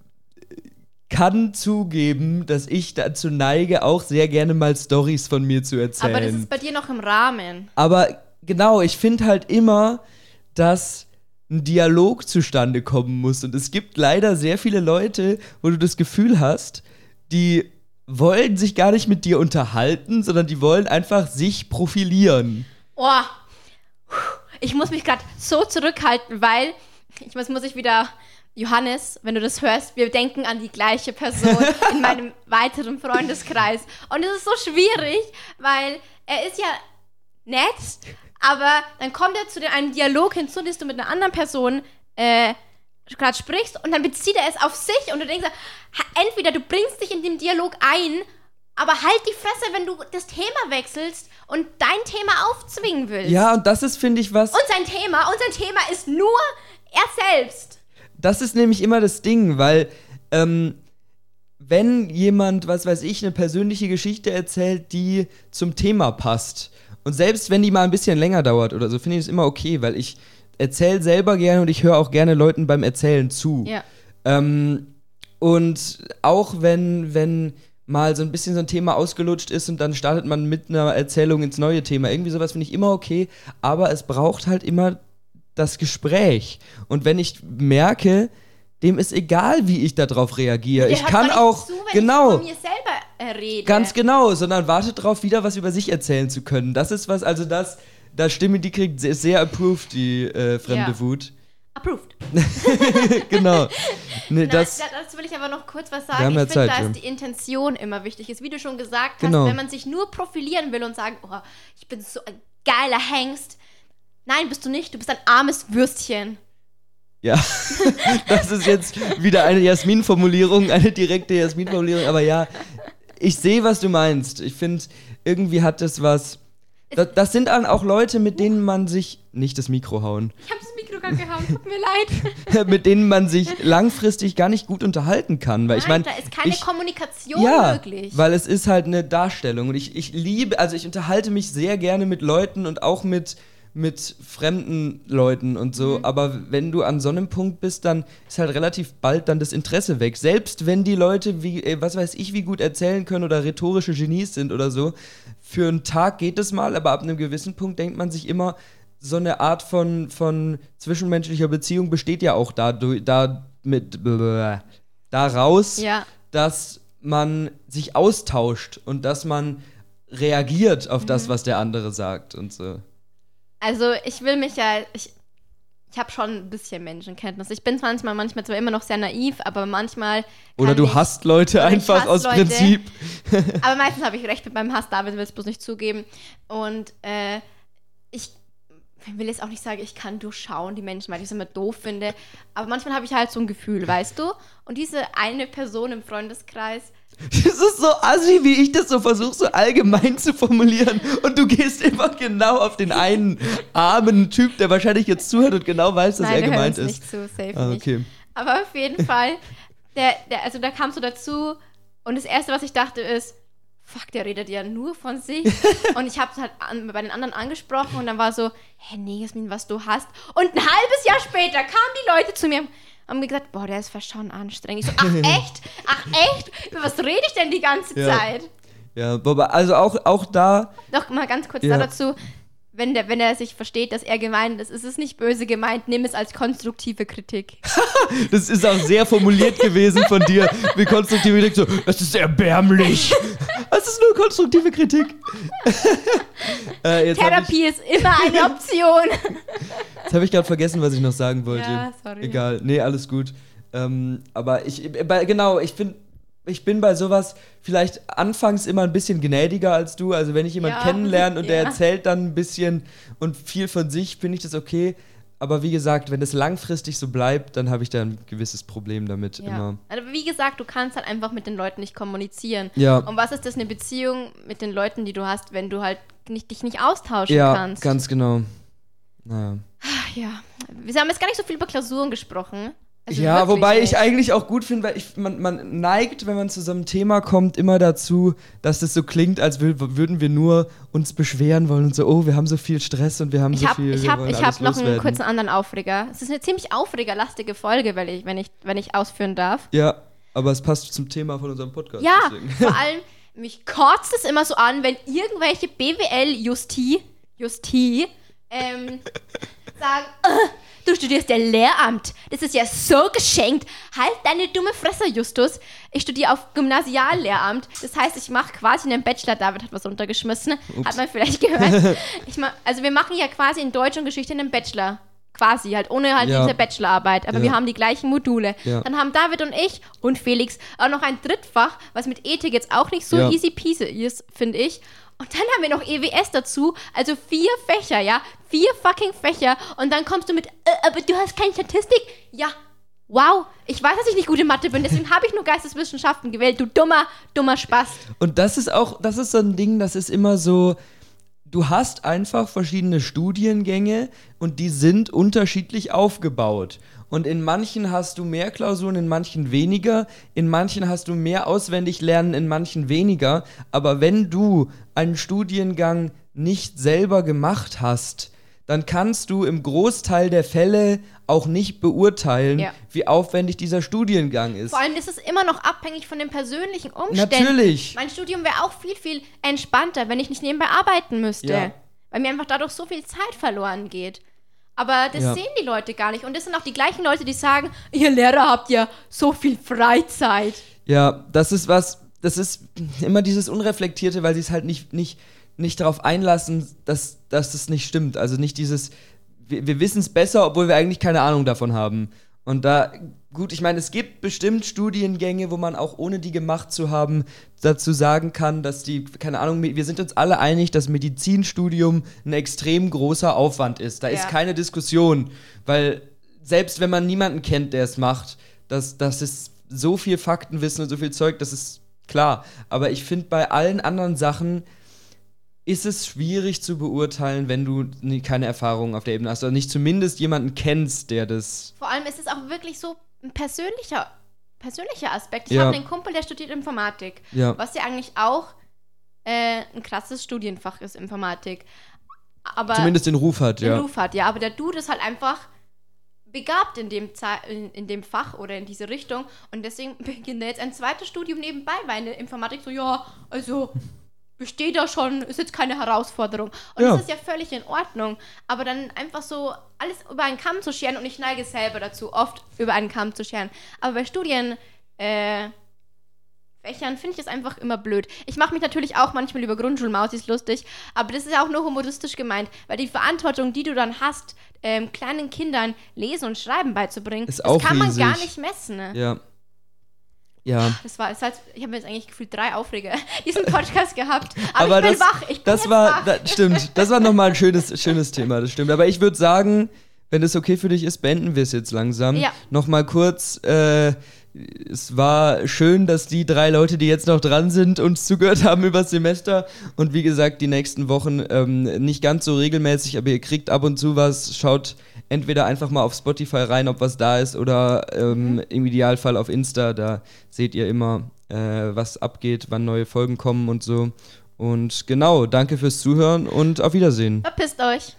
S2: kann zugeben, dass ich dazu neige, auch sehr gerne mal Storys von mir zu erzählen.
S1: Aber das ist bei dir noch im Rahmen.
S2: Aber genau, ich finde halt immer, dass ein Dialog zustande kommen muss. Und es gibt leider sehr viele Leute, wo du das Gefühl hast, die wollen sich gar nicht mit dir unterhalten, sondern die wollen einfach sich profilieren.
S1: Oh, ich muss mich gerade so zurückhalten, weil, ich muss, muss ich wieder, Johannes, wenn du das hörst, wir denken an die gleiche Person in meinem weiteren Freundeskreis. Und es ist so schwierig, weil er ist ja nett, aber dann kommt er zu einem Dialog hinzu, dass du mit einer anderen Person äh, gerade sprichst und dann bezieht er es auf sich und du denkst, entweder du bringst dich in dem Dialog ein, aber halt die Fresse, wenn du das Thema wechselst und dein Thema aufzwingen willst.
S2: Ja, und das ist, finde ich, was...
S1: Und sein Thema, und sein Thema ist nur er selbst.
S2: Das ist nämlich immer das Ding, weil ähm, wenn jemand, was weiß ich, eine persönliche Geschichte erzählt, die zum Thema passt und selbst wenn die mal ein bisschen länger dauert oder so, finde ich es immer okay, weil ich erzähle selber gerne und ich höre auch gerne Leuten beim Erzählen zu.
S1: Ja.
S2: Ähm, und auch wenn, wenn mal so ein bisschen so ein Thema ausgelutscht ist und dann startet man mit einer Erzählung ins neue Thema, irgendwie sowas finde ich immer okay, aber es braucht halt immer das Gespräch. Und wenn ich merke, dem ist egal, wie ich darauf reagiere.
S1: Der
S2: Ich
S1: hört
S2: kann
S1: gar nicht
S2: auch,
S1: zu, wenn
S2: genau,
S1: ich von mir selber äh, rede.
S2: ganz genau, sondern wartet darauf, wieder was über sich erzählen zu können. Das ist was, also das, da Stimme, die kriegt sehr, sehr approved, die äh, fremde
S1: Ja.
S2: Wut.
S1: Approved.
S2: genau. Nee,
S1: Nein,
S2: das,
S1: da- dazu will ich aber noch kurz was
S2: Wir
S1: sagen.
S2: haben ja
S1: Ich finde,
S2: Zeit,
S1: da
S2: ja.
S1: ist die Intention immer wichtig. Ist, wie du schon gesagt
S2: Genau.
S1: hast, wenn man sich nur profilieren will und sagen, oh, ich bin so ein geiler Hengst. Nein, bist du nicht. Du bist ein armes Würstchen.
S2: ja, das ist jetzt wieder eine Jasmin-Formulierung, eine direkte Jasmin-Formulierung, aber ja, ich sehe, was du meinst. Ich finde, irgendwie hat das was, Das, das sind dann auch Leute, mit denen man sich, nicht das Mikro hauen,
S1: Ich habe das Mikro gerade gehauen, tut mir leid.
S2: mit denen man sich langfristig gar nicht gut unterhalten kann. Weil ich
S1: Nein,
S2: mein,
S1: da ist keine
S2: ich,
S1: Kommunikation
S2: ja,
S1: möglich.
S2: weil es ist halt eine Darstellung. Und ich, ich liebe, also ich unterhalte mich sehr gerne mit Leuten und auch mit, mit fremden Leuten und so.
S1: Mhm.
S2: Aber wenn du an so einem Punkt bist, dann ist halt relativ bald dann das Interesse weg. Selbst wenn die Leute, wie, äh, was weiß ich, wie gut erzählen können oder rhetorische Genies sind oder so, für einen Tag geht es mal, aber ab einem gewissen Punkt denkt man sich immer, so eine Art von, von zwischenmenschlicher Beziehung besteht ja auch dadurch, da mit, blablabla, daraus,
S1: Ja.
S2: dass man sich austauscht und dass man reagiert auf das, was der andere sagt und so.
S1: Also ich will mich ja, ich, ich habe schon ein bisschen Menschenkenntnis. Ich bin manchmal, manchmal zwar immer noch sehr naiv, aber manchmal
S2: Oder
S1: kann
S2: du
S1: ich,
S2: hasst Leute
S1: oder ich
S2: einfach
S1: hasse
S2: aus
S1: Leute.
S2: Prinzip.
S1: Aber meistens habe ich recht mit meinem Hass, David will es bloß nicht zugeben. Und äh, ich will jetzt auch nicht sagen, ich kann durchschauen die Menschen, weil ich es immer doof finde. Aber manchmal habe ich halt so ein Gefühl, weißt du? Und diese eine Person im Freundeskreis,
S2: Das ist so assi, wie ich das so versuche, so allgemein zu formulieren. Und du gehst immer genau auf den einen armen Typ, der wahrscheinlich jetzt zuhört und genau weiß, dass
S1: nein,
S2: er
S1: wir hören
S2: gemeint
S1: uns
S2: ist.
S1: nicht zu, safe
S2: Ah,
S1: nicht.
S2: okay.
S1: Aber auf jeden Fall, der, der, also da kam so dazu und das Erste, was ich dachte, ist, fuck, der redet ja nur von sich. Und ich habe es halt an, bei den anderen angesprochen und dann war so, hey, nee, Jasmin, was du hast. Und ein halbes Jahr später kamen die Leute zu mir und haben mir gesagt, boah, der ist fast schon anstrengend. Ich so, ach echt? Ach echt? Über was rede ich denn die ganze
S2: Ja.
S1: Zeit?
S2: Ja, aber also auch, auch da,
S1: Noch mal ganz kurz
S2: Ja.
S1: da dazu. Wenn, der, wenn er sich versteht, dass er gemeint ist, ist es nicht böse gemeint, nimm es als konstruktive Kritik.
S2: das ist auch sehr formuliert gewesen von dir, wie konstruktive Kritik, so, das ist erbärmlich. Das ist nur konstruktive Kritik. äh, jetzt habe ich,
S1: Therapie ist immer eine Option.
S2: jetzt hab ich gerade vergessen, was ich noch sagen wollte.
S1: Ja, sorry.
S2: Egal, nee, alles gut. Ähm, aber ich, bei, genau, ich finde, ich bin bei sowas vielleicht anfangs immer ein bisschen gnädiger als du. Also wenn ich jemanden
S1: Ja,
S2: kennenlerne und der
S1: ja.
S2: erzählt dann ein bisschen und viel von sich, finde ich das okay. Aber wie gesagt, wenn das langfristig so bleibt, dann habe ich da ein gewisses Problem damit
S1: Ja.
S2: immer.
S1: Also wie gesagt, du kannst halt einfach mit den Leuten nicht kommunizieren.
S2: Ja.
S1: Und was ist das eine Beziehung mit den Leuten, die du hast, wenn du halt nicht, dich nicht austauschen
S2: Ja,
S1: kannst?
S2: ganz genau. Naja.
S1: Ach, ja. Wir haben jetzt gar nicht so viel über Klausuren gesprochen. Also
S2: ja,
S1: wirklich
S2: wobei
S1: nicht.
S2: ich eigentlich auch gut finde, weil ich, man, man neigt, wenn man zu so einem Thema kommt, immer dazu, dass das so klingt, als wür- würden wir nur uns beschweren wollen und so, oh, wir haben so viel Stress und wir haben
S1: Ich
S2: so
S1: habe
S2: viel,
S1: ich
S2: wir
S1: hab,
S2: wollen
S1: ich
S2: alles
S1: hab noch einen
S2: loswerden.
S1: kurzen anderen Aufreger. Es ist eine ziemlich aufregerlastige Folge, weil ich, wenn, ich, wenn ich ausführen darf.
S2: Ja, aber es passt zum Thema von unserem Podcast.
S1: Ja,
S2: deswegen.
S1: vor allem, mich kotzt es immer so an, wenn irgendwelche B W L-Justi, Justi, ähm, sagen, "Äh, du studierst ja Lehramt. Das ist ja so geschenkt. Halt deine dumme Fresse, Justus. Ich studiere auf Gymnasiallehramt. Das heißt, ich mache quasi einen Bachelor. David hat was runtergeschmissen. Hat man vielleicht gehört. Ich mach, also wir machen ja quasi in Deutsch und Geschichte einen Bachelor. Quasi, halt ohne halt
S2: Ja.
S1: diese Bachelorarbeit. Aber
S2: Ja.
S1: wir haben die gleichen Module.
S2: Ja.
S1: Dann haben David und ich und Felix auch noch ein Drittfach, was mit Ethik jetzt auch nicht so
S2: Ja.
S1: easy peasy ist, finde ich. Und dann haben wir noch E W S dazu, also vier Fächer, ja? Vier fucking Fächer. Und dann kommst du mit, äh, aber du hast keine Statistik? Ja, wow. Ich weiß, dass ich nicht gut in Mathe bin, deswegen habe ich nur Geisteswissenschaften gewählt. Du dummer, dummer Spast.
S2: Und das ist auch, das ist so ein Ding, das ist immer so, du hast einfach verschiedene Studiengänge und die sind unterschiedlich aufgebaut. Und in manchen hast du mehr Klausuren, in manchen weniger. In manchen hast du mehr auswendig lernen, in manchen weniger. Aber wenn du einen Studiengang nicht selber gemacht hast, dann kannst du im Großteil der Fälle auch nicht beurteilen,
S1: Ja.
S2: wie aufwendig dieser Studiengang ist.
S1: Vor allem ist es immer noch abhängig von den persönlichen Umständen.
S2: Natürlich.
S1: Mein Studium wäre auch viel, viel entspannter, wenn ich nicht nebenbei arbeiten müsste.
S2: Ja.
S1: Weil mir einfach dadurch so viel Zeit verloren geht. Aber das
S2: Ja.
S1: sehen die Leute gar nicht. Und das sind auch die gleichen Leute, die sagen, ihr Lehrer habt ja so viel Freizeit.
S2: Ja, das ist was, das ist immer dieses Unreflektierte, weil sie es halt nicht, nicht, nicht darauf einlassen, dass, dass das nicht stimmt. Also nicht dieses, wir, wir wissen es besser, obwohl wir eigentlich keine Ahnung davon haben. Und da, gut, ich meine, es gibt bestimmt Studiengänge, wo man auch ohne die gemacht zu haben, dazu sagen kann, dass die, keine Ahnung, wir sind uns alle einig, dass Medizinstudium ein extrem großer Aufwand ist. Da
S1: Ja.
S2: ist keine Diskussion, weil selbst wenn man niemanden kennt, der es macht, das, das ist so viel Faktenwissen und so viel Zeug, das ist klar. Aber ich finde, bei allen anderen Sachen ist es schwierig zu beurteilen, wenn du nie- keine Erfahrung auf der Ebene hast oder nicht zumindest jemanden kennst, der das...
S1: Vor allem ist es auch wirklich so ein persönlicher, persönlicher Aspekt. Ich
S2: Ja.
S1: habe einen Kumpel, der studiert Informatik,
S2: Ja.
S1: was ja eigentlich auch äh, ein krasses Studienfach ist, Informatik. Aber
S2: Zumindest den Ruf hat,
S1: den
S2: ja.
S1: Ruf hat, ja. Aber der Dude ist halt einfach begabt in dem, Ze- in, in dem Fach oder in diese Richtung und deswegen beginnt er jetzt ein zweites Studium nebenbei, weil in der Informatik so, ja, also besteht da schon, ist jetzt keine Herausforderung. Und
S2: Ja.
S1: das ist ja völlig in Ordnung. Aber dann einfach so alles über einen Kamm zu scheren und ich neige selber dazu, oft über einen Kamm zu scheren. Aber bei Studien, äh, Fächern finde ich das einfach immer blöd. Ich mache mich natürlich auch manchmal über Grundschulmausis lustig, aber das ist ja auch nur humoristisch gemeint, weil die Verantwortung, die du dann hast, ähm, kleinen Kindern Lesen und Schreiben beizubringen,
S2: Ist
S1: das
S2: auch
S1: kann man
S2: riesig.
S1: gar nicht messen. Ne?
S2: Ja. Ja.
S1: Das war, das heißt, ich habe jetzt eigentlich gefühlt drei Aufreger diesen Podcast gehabt, aber,
S2: Aber
S1: ich bin
S2: das,
S1: wach. Ich bin
S2: das
S1: jetzt
S2: war,
S1: wach.
S2: das stimmt, das war nochmal ein schönes, schönes Thema, das stimmt. Aber ich würde sagen, wenn das okay für dich ist, beenden wir es jetzt langsam.
S1: Ja.
S2: Nochmal kurz, äh, es war schön, dass die drei Leute, die jetzt noch dran sind, uns zugehört haben übers Semester. Und wie gesagt, die nächsten Wochen ähm, nicht ganz so regelmäßig, aber ihr kriegt ab und zu was. Schaut entweder einfach mal auf Spotify rein, ob was da ist, oder ähm,
S1: Mhm.
S2: im Idealfall auf Insta. Da seht ihr immer, äh, was abgeht, wann neue Folgen kommen und so. Und genau, danke fürs Zuhören und auf Wiedersehen.
S1: Verpisst euch.